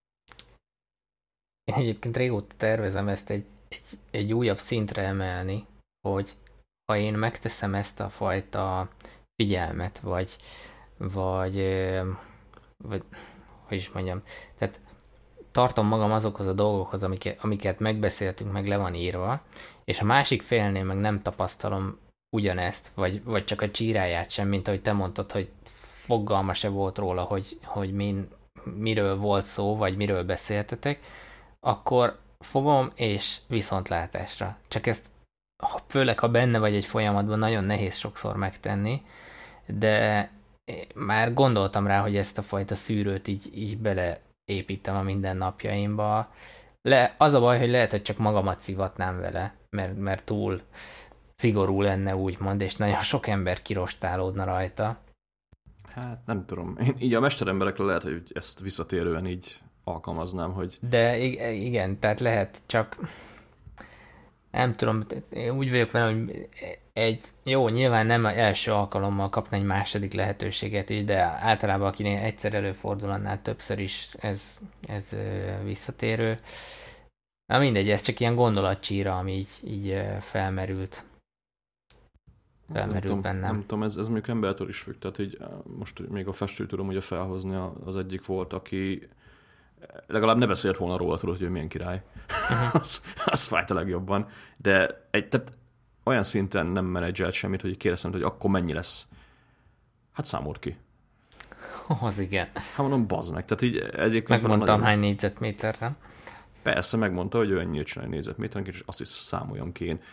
Én egyébként régóta tervezem ezt egy, egy, egy újabb szintre emelni, hogy ha én megteszem ezt a fajta figyelmet, vagy, vagy, vagy hogy is mondjam, tehát tartom magam azokhoz a dolgokhoz, amiket, amiket megbeszéltünk, meg le van írva, és a másik félnél meg nem tapasztalom ugyanezt, vagy, vagy csak a csíráját sem, mint ahogy te mondtad, hogy fogalma se volt róla, hogy, hogy min, miről volt szó, vagy miről beszéltetek, akkor fogom, és viszontlátásra. Csak ezt, főleg ha benne vagy egy folyamatban, nagyon nehéz sokszor megtenni, de már gondoltam rá, hogy ezt a fajta szűrőt így, így beleépítem a mindennapjaimba. Le, az a baj, hogy lehet, hogy csak magamat szivatnám vele, mert, mert túl szigorú lenne, úgymond, és nagyon sok ember kirostálódna rajta. Hát nem tudom. Én így a mesteremberekre lehet, hogy ezt visszatérően így alkalmaznám, hogy... De igen, tehát lehet, csak nem tudom, én úgy vagyok vele, hogy egy, jó, nyilván nem első alkalommal kapna egy második lehetőséget is, de általában akinél egyszer előfordul, annál többször is ez, ez visszatérő. Na mindegy, ez csak ilyen gondolatcsíra, ami így, így felmerült. Felmerült nem tudom, bennem. Nem tudom, ez, ez mondjuk embertől is függ, tehát így most még a festőt tudom ugye felhozni, az egyik volt, aki legalább ne beszélt volna róla, tudod, hogy ő milyen király. Uh-huh. az, az fájt a legjobban. De egy, tehát olyan szinten nem menedzselt semmit, hogy kérdeztem, hogy akkor mennyi lesz. Hát számolt ki. Az igen. Hát mondom, bazd meg. Tehát így egyébként megmondtam, nagyon... hány négyzetméter, nem? Persze, megmondta, hogy ő ennyit csinál négyzetméterenként, és azt is számoljam ki én.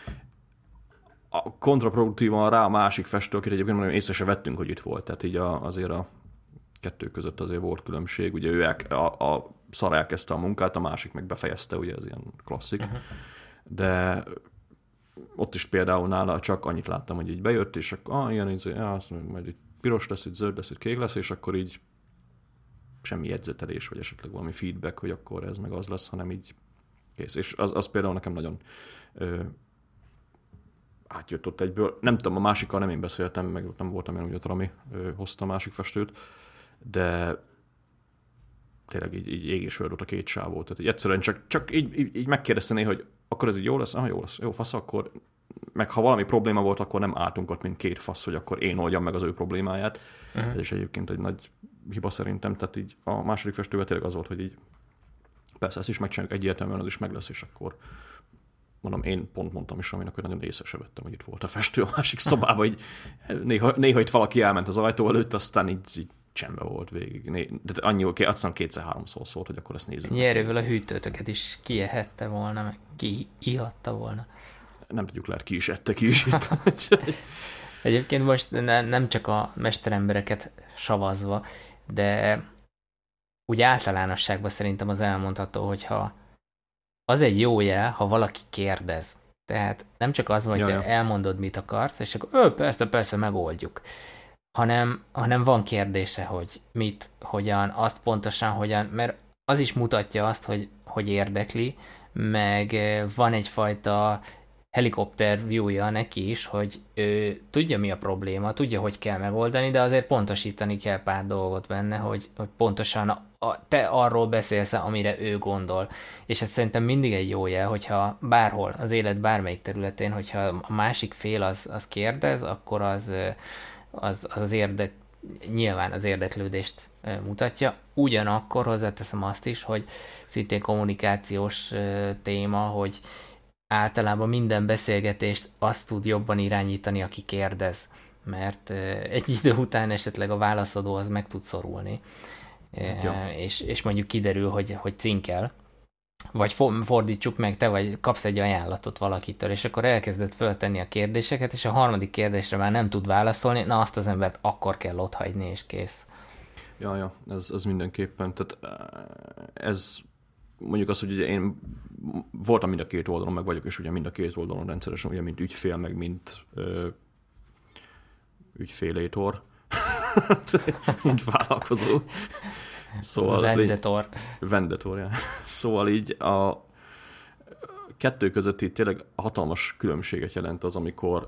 A kontraproduktívan rá a másik festő, akit egyébként nagyon észre se vettünk, hogy itt volt. Tehát így a, azért a kettő között azért volt különbség. Ugye ő el, a, a szar elkezdte a munkát, a másik meg befejezte, ugye ez ilyen klasszik. Uh-huh. De ott is például nála csak annyit láttam, hogy így bejött, és akkor ah, ilyen, így, ah, majd így piros lesz, így zöld lesz, így kék lesz, és akkor így semmi jegyzetelés, vagy esetleg valami feedback, hogy akkor ez meg az lesz, hanem így kész. És az, az például nekem nagyon ö, átjött ott egyből. Nem tudom, a másikkal nem én beszéltem, meg nem voltam én, hogy Rami ö, hozta a másik festőt, de tényleg így, így ég és föld ott a két sávó. Tehát így egyszerűen csak, csak így, így, így megkérdeztené, hogy akkor ez így jó lesz? Aha, jó lesz. Jó, fasz, akkor meg ha valami probléma volt, akkor nem álltunk ott, mint két fasz, hogy akkor én oldjam meg az ő problémáját. Uh-huh. Ez is egyébként egy nagy hiba szerintem. Tehát így a második festővel tényleg az volt, hogy így persze ezt is megcsináljuk egyértelműen, az is meg lesz, és akkor mondom, én pont mondtam is, aminek, hogy nagyon észre se vettem, hogy itt volt a festő a másik szobában, így néha, néha itt valaki elment az ajtó előtt, aztán így, így csendben volt végig. De annyi, aztán kétszer-háromszor szólt, hogy akkor ezt nézzük. Nyerővel a hűtőtöket is kiehette volna, meg kiihatta volna. Nem tudjuk, lehet ki is ette, ki is itt. Egyébként most ne, nem csak a mesterembereket savazva, de úgy általánosságban szerintem az elmondható, hogyha az egy jó jel, ha valaki kérdez. Tehát nem csak az van, hogy te elmondod, mit akarsz, és akkor ő, persze, persze, megoldjuk. Hanem, hanem van kérdése, hogy mit, hogyan, azt pontosan hogyan, mert az is mutatja azt, hogy, hogy érdekli, meg van egyfajta helikopter view-ja neki is, hogy ő tudja, mi a probléma, tudja, hogy kell megoldani, de azért pontosítani kell pár dolgot benne, hogy, hogy pontosan a, te arról beszélsz, amire ő gondol. És ez szerintem mindig egy jó jel, hogyha bárhol, az élet bármelyik területén, hogyha a másik fél az, az kérdez, akkor az, az, az, az érdek, nyilván az érdeklődést mutatja. Ugyanakkor hozzáteszem azt is, hogy szintén kommunikációs téma, hogy általában minden beszélgetést azt tud jobban irányítani, aki kérdez, mert egy idő után esetleg a válaszadó az meg tud szorulni. Ja. és, és mondjuk kiderül, hogy, hogy cinkel, vagy fordítsuk meg, te vagy kapsz egy ajánlatot valakitől, és akkor elkezded föltenni a kérdéseket, és a harmadik kérdésre már nem tud válaszolni, na azt az embert akkor kell otthagyni, és kész. Ja, ja, ez, ez mindenképpen, tehát ez mondjuk az, hogy ugye én voltam mind a két oldalon, meg vagyok, és ugye mind a két oldalon rendszeresen, ugye mint ügyfél, meg mint ö, ügyfélétor, mint vállalkozó. Szóval Vendetor. Vendetor, ja. Szóval így a kettő között itt tényleg hatalmas különbséget jelent az, amikor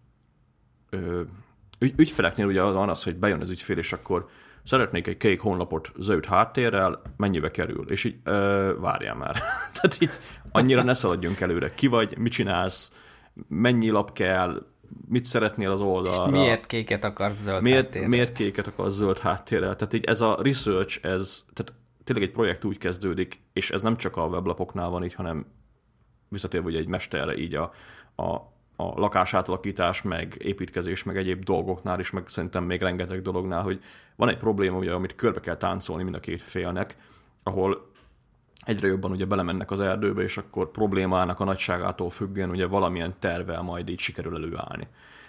ö, ügy, ügyfeleknél ugye van az, hogy bejön az ügyfél, és akkor szeretnék egy kék honlapot zöld háttérrel, mennyibe kerül? És így, ö, várjál már. Tehát így annyira ne szaladjunk előre. Ki vagy, mit csinálsz, mennyi lap kell, mit szeretnél az oldalra. És miért kéket akarsz zöld miért, háttérrel? Miért kéket akarsz zöld háttérrel? Tehát így ez a research, ez, tehát tényleg egy projekt úgy kezdődik, és ez nem csak a weblapoknál van így, hanem visszatérve ugye egy mesterre így a, a, a lakásátalakítás, meg építkezés, meg egyéb dolgoknál is, meg szerintem még rengeteg dolognál, hogy van egy probléma, ugye, amit körbe kell táncolni mind a két félnek, ahol egyre jobban ugye belemennek az erdőbe, és akkor problémának a nagyságától függően ugye valamilyen tervvel majd így sikerül előállni.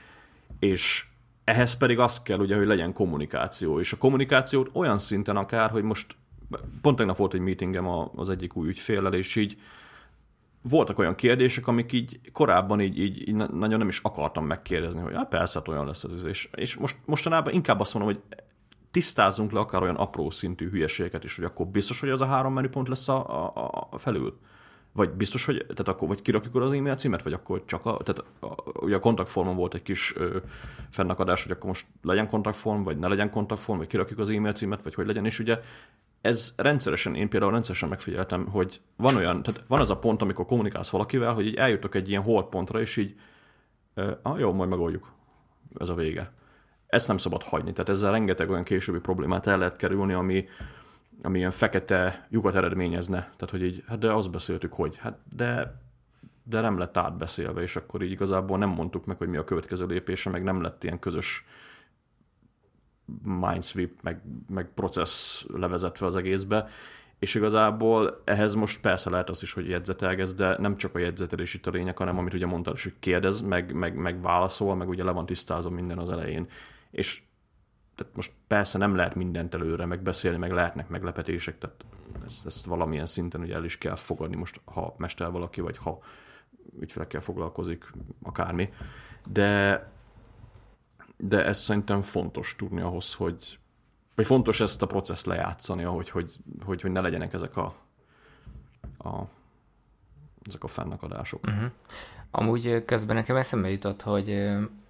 És ehhez pedig az kell, ugye, hogy legyen kommunikáció, és a kommunikációt olyan szinten akár, hogy most pont tegnap volt egy meetingem az egyik új ügyféllel, és így voltak olyan kérdések, amik így korábban így, így, így nagyon nem is akartam megkérdezni, hogy hát persze, hát olyan lesz ez, és, és most, mostanában inkább azt mondom, hogy tisztázzunk le akár olyan apró szintű hülyeségeket is, hogy akkor biztos, hogy az a három menüpont lesz a, a, a felül? Vagy biztos, hogy tehát akkor vagy kirakjuk az e-mail címet, vagy akkor csak a, tehát a, ugye a kontaktformon volt egy kis ö, fennakadás, hogy akkor most legyen kontaktform, vagy ne legyen kontaktform, vagy kirakjuk az e-mail címet, vagy hogy legyen, és ugye ez rendszeresen, én például rendszeresen megfigyeltem, hogy van olyan, tehát van az a pont, amikor kommunikálsz valakivel, hogy így eljutok egy ilyen holdpontra, és így, ah, jó, majd megoldjuk. Ez a vége. Ezt nem szabad hagyni. Tehát ezzel rengeteg olyan későbbi problémát el lehet kerülni, ami, ami ilyen fekete lyukat eredményezne. Tehát, hogy így, hát de azt beszéltük, hogy, hát de, de nem lett átbeszélve, és akkor így igazából nem mondtuk meg, hogy mi a következő lépése, meg nem lett ilyen közös mindsweep, meg, meg processz levezetve az egészbe, és igazából ehhez most persze lehet az is, hogy jegyzetelgesz, de nem csak a jegyzetelés itt a lényeg, hanem amit ugye mondtad is, hogy kérdez, meg, meg, meg válaszol, meg ugye le van tisztázva minden az elején. És tehát most persze nem lehet mindent előre megbeszélni, meg lehetnek meglepetések, tehát ezt, ezt valamilyen szinten ugye el is kell fogadni most, ha mester valaki, vagy ha ügyfelekkel foglalkozik, akármi. De de ez szerintem fontos tudni ahhoz, hogy vagy fontos ezt a processzt lejátszani, ahogy, hogy, hogy, hogy ne legyenek ezek a, a ezek a fennakadások. Uh-huh. Amúgy közben nekem eszembe jutott, hogy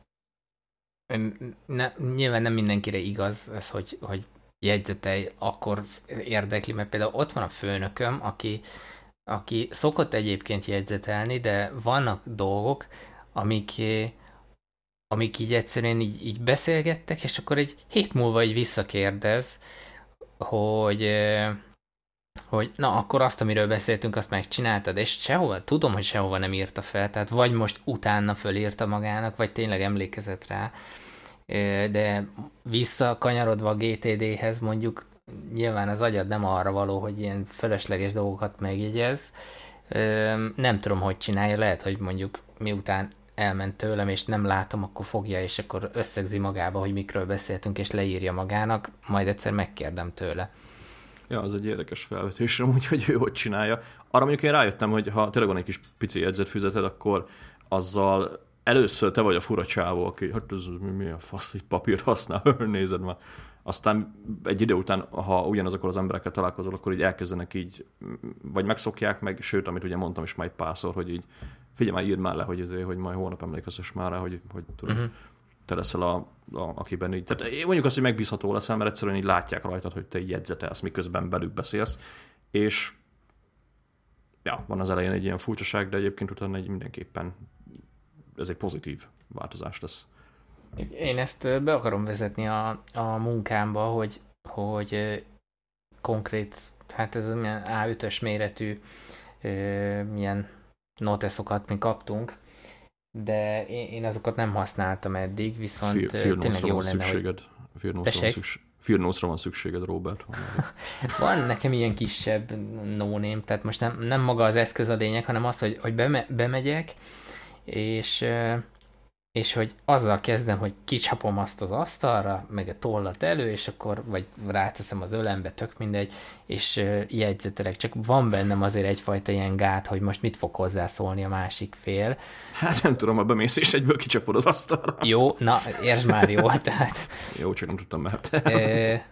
ne, nyilván nem mindenkire igaz ez, hogy, hogy jegyzetelj, akkor érdekli, mert például ott van a főnököm, aki, aki szokott egyébként jegyzetelni, de vannak dolgok, amik amik így egyszerűen így, így beszélgettek, és akkor egy hét múlva így visszakérdez, hogy, hogy na, akkor azt, amiről beszéltünk, azt megcsináltad, és sehova, tudom, hogy sehova nem írta fel, tehát vagy most utána fölírta magának, vagy tényleg emlékezett rá, de visszakanyarodva a gé té dé-hez mondjuk, nyilván az agyad nem arra való, hogy ilyen fölösleges dolgokat megjegyez, nem tudom, hogy csinálja, lehet, hogy mondjuk miután elment tőlem, és nem látom, akkor fogja, és akkor összegzi magába, hogy mikről beszéltünk, és leírja magának, majd egyszer megkérdem tőle. Ja, az egy érdekes felvetés, amúgy, hogy ő hogy csinálja. Arra mondjuk én rájöttem, hogy ha tényleg van egy kis pici jegyzetfüzeted, akkor azzal először te vagy a fura csávó, aki, hát ez mi, mi a fasz, hogy papírt használ, nézed már. Aztán egy idő után, ha ugyanazokkal az emberekkel találkozol, akkor így elkezdenek így, vagy megszokják meg, sőt, amit ugye mondtam is majd párszor, hogy így figyelj már, írd már le, hogy, ezért, hogy majd holnap emlékeztes már rá, hogy, hogy tudod, uh-huh. te leszel, a, a, akiben így. Tehát mondjuk azt, hogy megbízható leszel, mert egyszerűen így látják rajtad, hogy te így jegyzetelsz, miközben belük beszélsz, és ja, van az elején egy ilyen furcsaság, de egyébként utána egy mindenképpen ez egy pozitív változás lesz. Én ezt be akarom vezetni a, a munkámba, hogy, hogy konkrét, hát ez milyen á ötös méretű milyen noteszokat mi kaptunk, de én, én azokat nem használtam eddig, viszont Field tényleg jó lenne, szükséged. hogy... Field Notes-ra van szükséged, Robert. Van nekem ilyen kisebb no-name, tehát most nem, nem maga az eszköz a lényeg, hanem az, hogy, hogy beme, bemegyek, és, és hogy azzal kezdem, hogy kicsapom azt az asztalra, meg a tollat elő, és akkor, vagy ráteszem az ölembe, tök mindegy, és jegyzetelek. Csak van bennem azért egyfajta ilyen gát, hogy most mit fog hozzászólni a másik fél. Hát nem tudom, ha bemész és egyből kicsapod az asztalra. Jó, na, értsd már jól, tehát... Jó, csak nem tudtam, mert... e,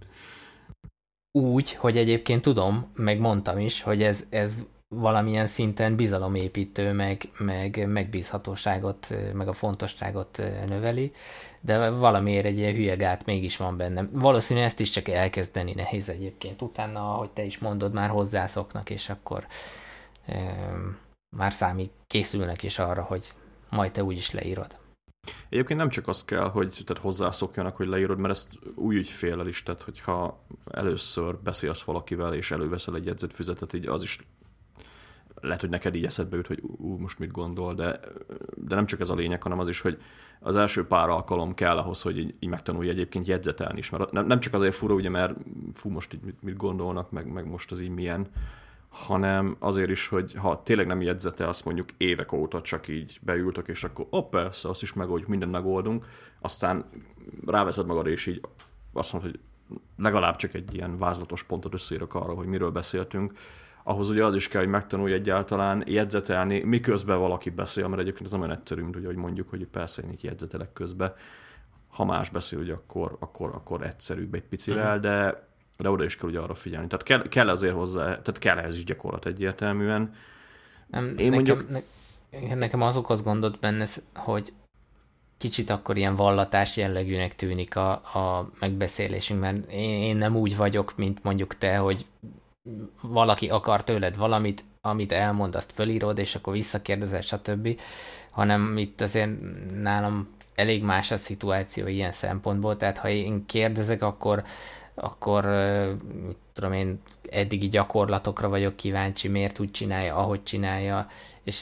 úgy, hogy egyébként tudom, meg mondtam is, hogy ez, ez valamilyen szinten bizalomépítő, meg, meg megbízhatóságot, meg a fontosságot növeli, de valamiért egy ilyen hülye gát mégis van bennem. Valószínűleg ezt is csak elkezdeni nehéz egyébként. Utána, ahogy te is mondod, már hozzászoknak, és akkor e, már számít, készülnek is arra, hogy majd te úgyis leírod. Egyébként nem csak az kell, hogy tehát hozzászokjanak, hogy leírod, mert ezt új ügyféllel is, tehát hogyha először beszélsz valakivel, és előveszel egy jegyzetfüzetet, így az is lehet, hogy neked így eszedbe jut, hogy ú, most mit gondol, de, de nem csak ez a lényeg, hanem az is, hogy az első pár alkalom kell ahhoz, hogy így, így megtanulj egyébként jegyzetelni is. Mert nem, nem csak azért fura, ugye, mert fú, most így mit, mit gondolnak, meg, meg most az így milyen, hanem azért is, hogy ha tényleg nem jegyzetelsz, mondjuk évek óta csak így beültök, és akkor ó, persze, azt is megoldjuk, mindent megoldunk, aztán ráveszed magad, és így azt mondod, hogy legalább csak egy ilyen vázlatos pontot összeírok arra, hogy miről beszéltünk. Ahhoz ugye az is kell, hogy megtanulj egyáltalán jegyzetelni, miközben valaki beszél, mert egyébként ez nem olyan egyszerű, mint ugye, hogy mondjuk, hogy persze én így jegyzetelek közben. Ha más beszél, ugye akkor, akkor, akkor egyszerűbb egy picivel, uh-huh. de de oda is kell ugye arra figyelni. Tehát kell, kell azért hozzá, tehát kell ehhez is gyakorlat egyértelműen. Nem, Én nekem, mondjuk... ne, nekem az okoz gondot benne, hogy kicsit akkor ilyen vallatás jellegűnek tűnik a, a megbeszélésünk, mert én, én nem úgy vagyok, mint mondjuk te, hogy valaki akar tőled valamit, amit elmond, azt fölírod, és akkor visszakérdezel, stb., hanem itt azért nálam elég más a szituáció ilyen szempontból, tehát ha én kérdezek, akkor akkor mit tudom én, eddigi gyakorlatokra vagyok kíváncsi, miért úgy csinálja, ahogy csinálja, és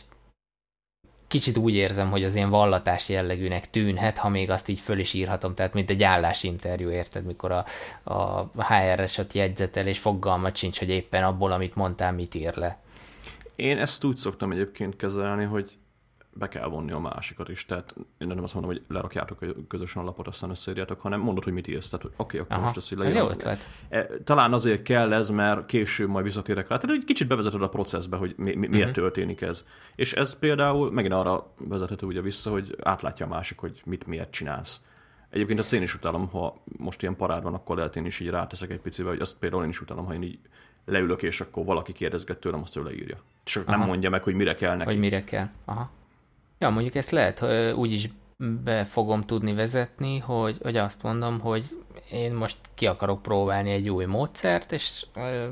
kicsit úgy érzem, hogy az ilyen vallatás jellegűnek tűnhet, ha még azt így föl is írhatom, tehát mint egy állásinterjú, érted, mikor a, a há er es-et jegyzetel, és fogalmat sincs, hogy éppen abból, amit mondtál, mit ír le. Én ezt úgy szoktam egyébként kezelni, hogy be kell vonni a másikat is, tehát én nem azt mondom, hogy lerakjátok közösen a lapot, aztán összeírjátok, hanem mondod, hogy mit írsz, tehát oké, okay, akkor aha, most ezt így leírom. Ez jó ötlet. Talán azért kell ez, mert később majd visszatérek rá, tehát egy kicsit bevezeted a processbe, hogy mi, mi, miért uh-huh. történik ez. És ez például megint arra vezethető ugye vissza, hogy átlátja a másik, hogy mit miért csinálsz. Egyébként azt én is utálom, ha most ilyen parád van, akkor lehet én is így ráteszek egy picivel, hogy azt például én is utálom, ha én így leülök, és akkor valaki kérdezget tőlem, azt ő leírja. Csak aha. nem mondja meg, hogy mire kell neki. Hogy mire kell. Aha. Ja, mondjuk ezt lehet, úgy is be fogom tudni vezetni, hogy, hogy azt mondom, hogy én most ki akarok próbálni egy új módszert, és ö,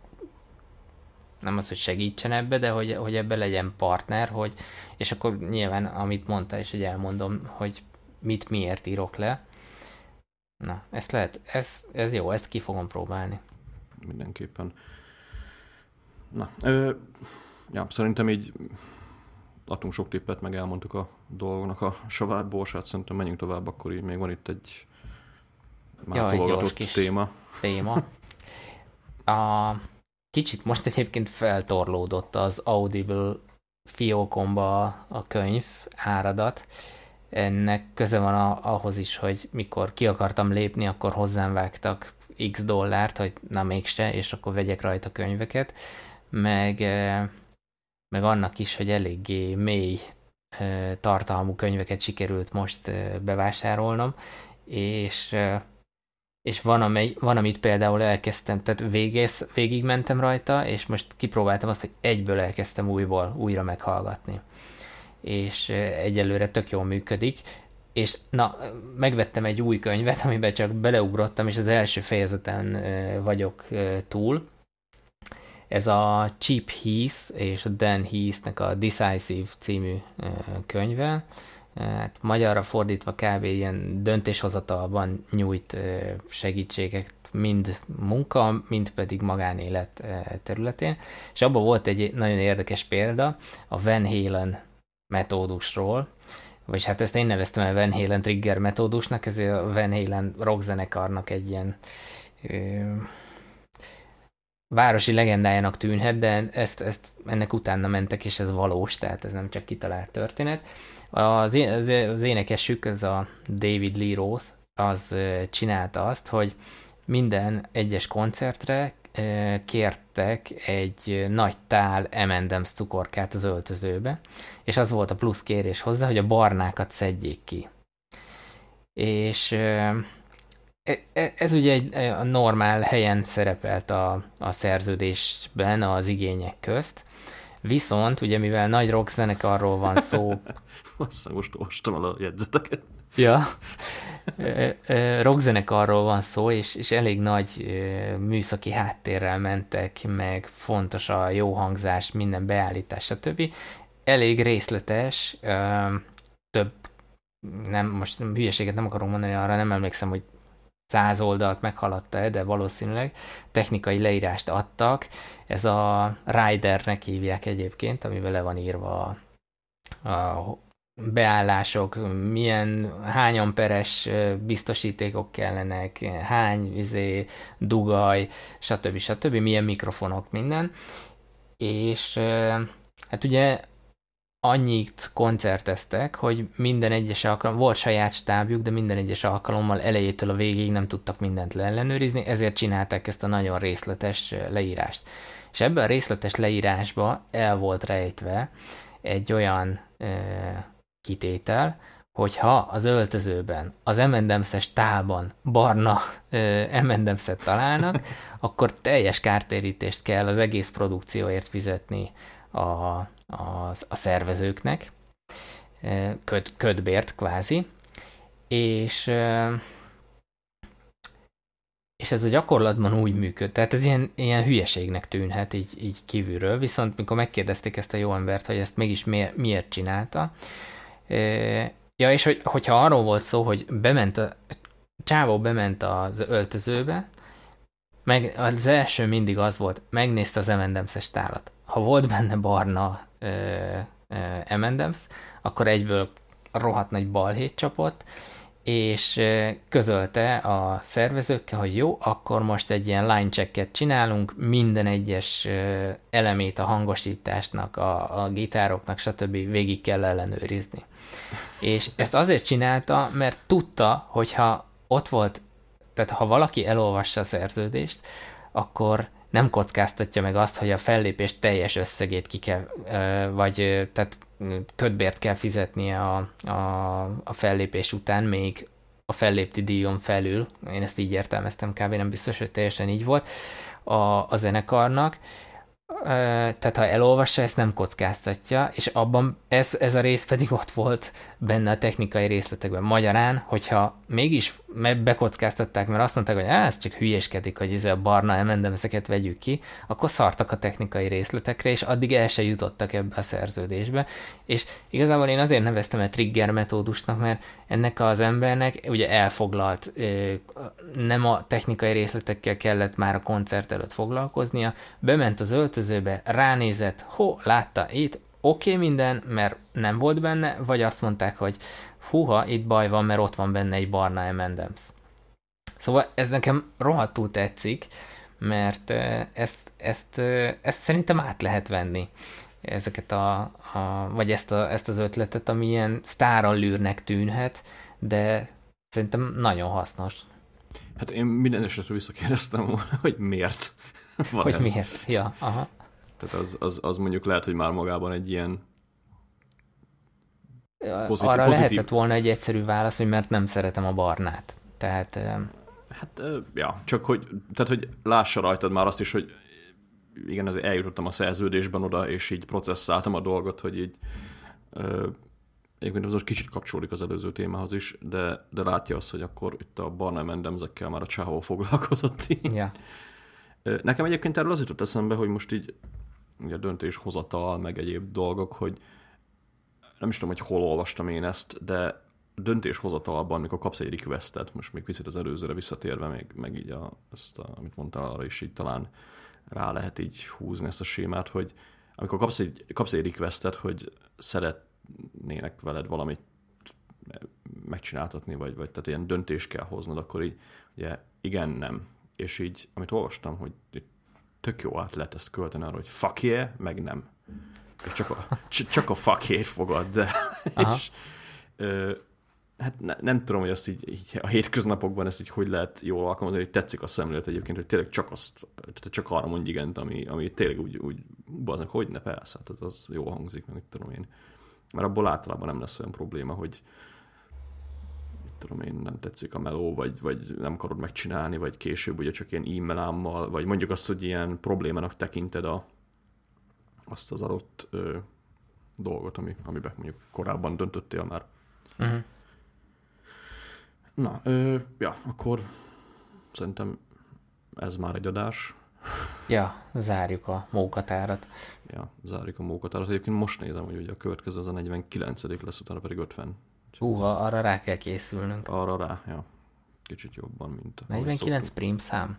nem az, hogy segítsen ebbe, de hogy, hogy ebbe legyen partner, hogy, és akkor nyilván, amit mondta, és hogy elmondom, hogy mit miért írok le. Na, ezt lehet, ez, ez jó, ezt ki fogom próbálni. Mindenképpen. Na, ö, ja, szerintem így adtunk sok tippet, meg elmondtuk a dolgoknak a savát, borsát, szerintem menjünk tovább, akkor így még van itt egy már tologatott téma. téma. A, kicsit most egyébként feltorlódott az Audible fiókomba a könyv áradat. Ennek köze van a, ahhoz is, hogy mikor ki akartam lépni, akkor hozzám vágtak x dollárt, hogy na mégse, és akkor vegyek rajta könyveket, meg meg annak is, hogy eléggé mély tartalmú könyveket sikerült most bevásárolnom, és, és van, amely, van, amit például elkezdtem, tehát végész, végigmentem rajta, és most kipróbáltam azt, hogy egyből elkezdtem újból, újra meghallgatni. És egyelőre tök jól működik, és na, megvettem egy új könyvet, amiben csak beleugrottam, és az első fejezeten vagyok túl. Ez a Chip Heath és a Dan Heath-nek a Decisive című könyve. Hát magyarra fordítva kb. Ilyen döntéshozatalban nyújt segítséget mind munka, mind pedig magánélet területén. És abban volt egy nagyon érdekes példa a Van Halen metódusról. Vagyis hát ezt én neveztem el Van Halen trigger metódusnak, ez a Van Halen rockzenekarnak egy ilyen ö, városi legendájának tűnhet, de ezt, ezt ennek utána mentek, és ez valós, tehát ez nem csak kitalált történet. Az, az, az énekesük, ez a David Lee Roth, az csinálta azt, hogy minden egyes koncertre kértek egy nagy tál em and em's cukorkát az öltözőbe, és az volt a plusz kérés hozzá, hogy a barnákat szedjék ki. És ez ugye egy a normál helyen szerepelt a, a szerződésben az igények közt, viszont ugye mivel nagy rockzenekarról van szó... Azt most olvastam el a jegyzeteket. Ja, rockzenekarról van szó, és, és elég nagy műszaki háttérrel mentek, meg fontos a jó hangzás, minden beállítás, stb. Elég részletes, több, nem, most hülyeséget nem akarok mondani, arra nem emlékszem, hogy száz oldalt meghaladta-e, de valószínűleg technikai leírást adtak. Ez a Ridernek hívják egyébként, amivel le van írva a, a beállások, milyen, hány amperes biztosítékok kellenek, hány izé, dugaj, stb. stb. Milyen mikrofonok, minden. És hát ugye annyit koncerteztek, hogy minden egyes alkalom, volt saját stábjuk, de minden egyes alkalommal elejétől a végéig nem tudtak mindent leellenőrizni, ezért csinálták ezt a nagyon részletes leírást. És ebben a részletes leírásba el volt rejtve egy olyan e, kitétel, hogyha az öltözőben, az em and em's-es tálban barna e, em and em's-et találnak, akkor teljes kártérítést kell az egész produkcióért fizetni a A, a szervezőknek, köd, ködbért kvázi, és, és ez a gyakorlatban úgy működ, tehát ez ilyen, ilyen hülyeségnek tűnhet így, így kívülről, viszont mikor megkérdezték ezt a jó embert, hogy ezt mégis miért, miért csinálta, ja, és hogy, hogyha arról volt szó, hogy bement a csávó bement az öltözőbe, meg az első mindig az volt, megnézte az em and em's-es tálat. Ha volt benne barna ö, ö, em and em's, akkor egyből rohadt nagy balhét csapott, és ö, közölte a szervezőkkel, hogy jó, akkor most egy ilyen line checket csinálunk, minden egyes ö, elemét a hangosításnak, a, a gitároknak, stb. Végig kell ellenőrizni. És ezt azért csinálta, mert tudta, hogyha ott volt, tehát ha valaki elolvassa a szerződést, akkor nem kockáztatja meg azt, hogy a fellépés teljes összegét ki kell, vagy tehát kötbért kell fizetnie a, a, a fellépés után, még a fellépti díjon felül, én ezt így értelmeztem, kb. Nem biztos, hogy teljesen így volt, a, a zenekarnak, tehát ha elolvassa, ezt nem kockáztatja, és abban ez, ez a rész pedig ott volt benne a technikai részletekben. Magyarán, hogyha mégis bekockáztatták, mert azt mondták, hogy á, ez csak hülyéskedik, hogy ez a barna em and em's-eket vegyük ki, akkor szartak a technikai részletekre, és addig el se jutottak ebbe a szerződésbe. És igazából én azért neveztem el trigger metódusnak, mert ennek az embernek ugye elfoglalt, nem a technikai részletekkel kellett már a koncert előtt foglalkoznia, bement az öltözőbe, ránézett, ho, látta, itt oké okay minden, mert nem volt benne, vagy azt mondták, hogy húha, itt baj van, mert ott van benne egy barna em and em's. Szóval ez nekem rohadtul tetszik, mert ezt, ezt, ezt szerintem át lehet venni. Ezeket a, a vagy ezt, a, ezt az ötletet, ami ilyen sztárallűrnek tűnhet, de szerintem nagyon hasznos. Hát én minden esetre visszakérdeztem volna, hogy miért van hogy ez. miért? Ja, aha. Tehát az, az, az mondjuk lehet, hogy már magában egy ilyen pozitív, arra pozitív... lehetett volna egy egyszerű válasz, hogy mert nem szeretem a barnát. Tehát... Hát, ja, csak hogy, tehát, hogy lássa rajtad már azt is, hogy igen, azért eljutottam a szerződésben oda, és így processzáltam a dolgot, hogy így egyébként az kicsit kapcsolódik az előző témához is, de, de látja azt, hogy akkor itt a barna em and em's-ekkel már a csávó foglalkozott. Ja. Nekem egyébként erről az jutott eszembe, hogy most így ugye döntéshozatal, meg egyéb dolgok, hogy nem is tudom, hogy hol olvastam én ezt, de döntéshozatalban, mikor kapsz egy requestet, most még picit az előzőre visszatérve, még, meg így a, ezt, a, amit mondtál, arra is így talán rá lehet így húzni ezt a sémát, hogy amikor kapsz egy, kapsz egy requestet, hogy szeretnének veled valamit megcsináltatni, vagy, vagy tehát ilyen döntést kell hoznod, akkor így ugye igen, nem. És így, amit olvastam, hogy tök jó át lehet ezt költeni arra, hogy fuck yeah, meg nem. És csak a, csak a fuck yeah-t fogadd el. És, ö, hát ne, nem tudom, hogy azt így, így a hétköznapokban ezt így hogy lehet jól alkalmazni, hogy tetszik a szemlélet egyébként, hogy tényleg csak azt, csak arra mondj igent, ami, ami tényleg úgy, úgy baznak, hogy ne, persze, tehát az jól hangzik, meg mit tudom én. Mert abból általában nem lesz olyan probléma, hogy tudom én, nem tetszik a meló, vagy, vagy nem akarod megcsinálni, vagy később ugye csak ilyen e-mailámmal, vagy mondjuk azt, hogy ilyen problémának tekinted a, azt az adott ö, dolgot, ami, amiben mondjuk korábban döntöttél már. Uh-huh. Na, ö, ja, akkor szerintem ez már egy adás. Ja, zárjuk a mókatárat. Ja, zárjuk a mókatárat. Egyébként most nézem, hogy ugye a következő az a negyvenkilencedik lesz, utána pedig ötven. Húha, arra rá kell készülnünk. Arra rá, ja. Kicsit jobban, mint... negyvenkilenc prim szám?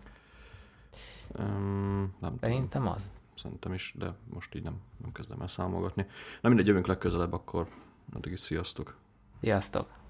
Um, nem Szerintem tudom. az. Szerintem is, de most így nem, nem kezdem el számolgatni. Na mindegy, jövünk legközelebb, akkor addig is sziasztok. Sziasztok.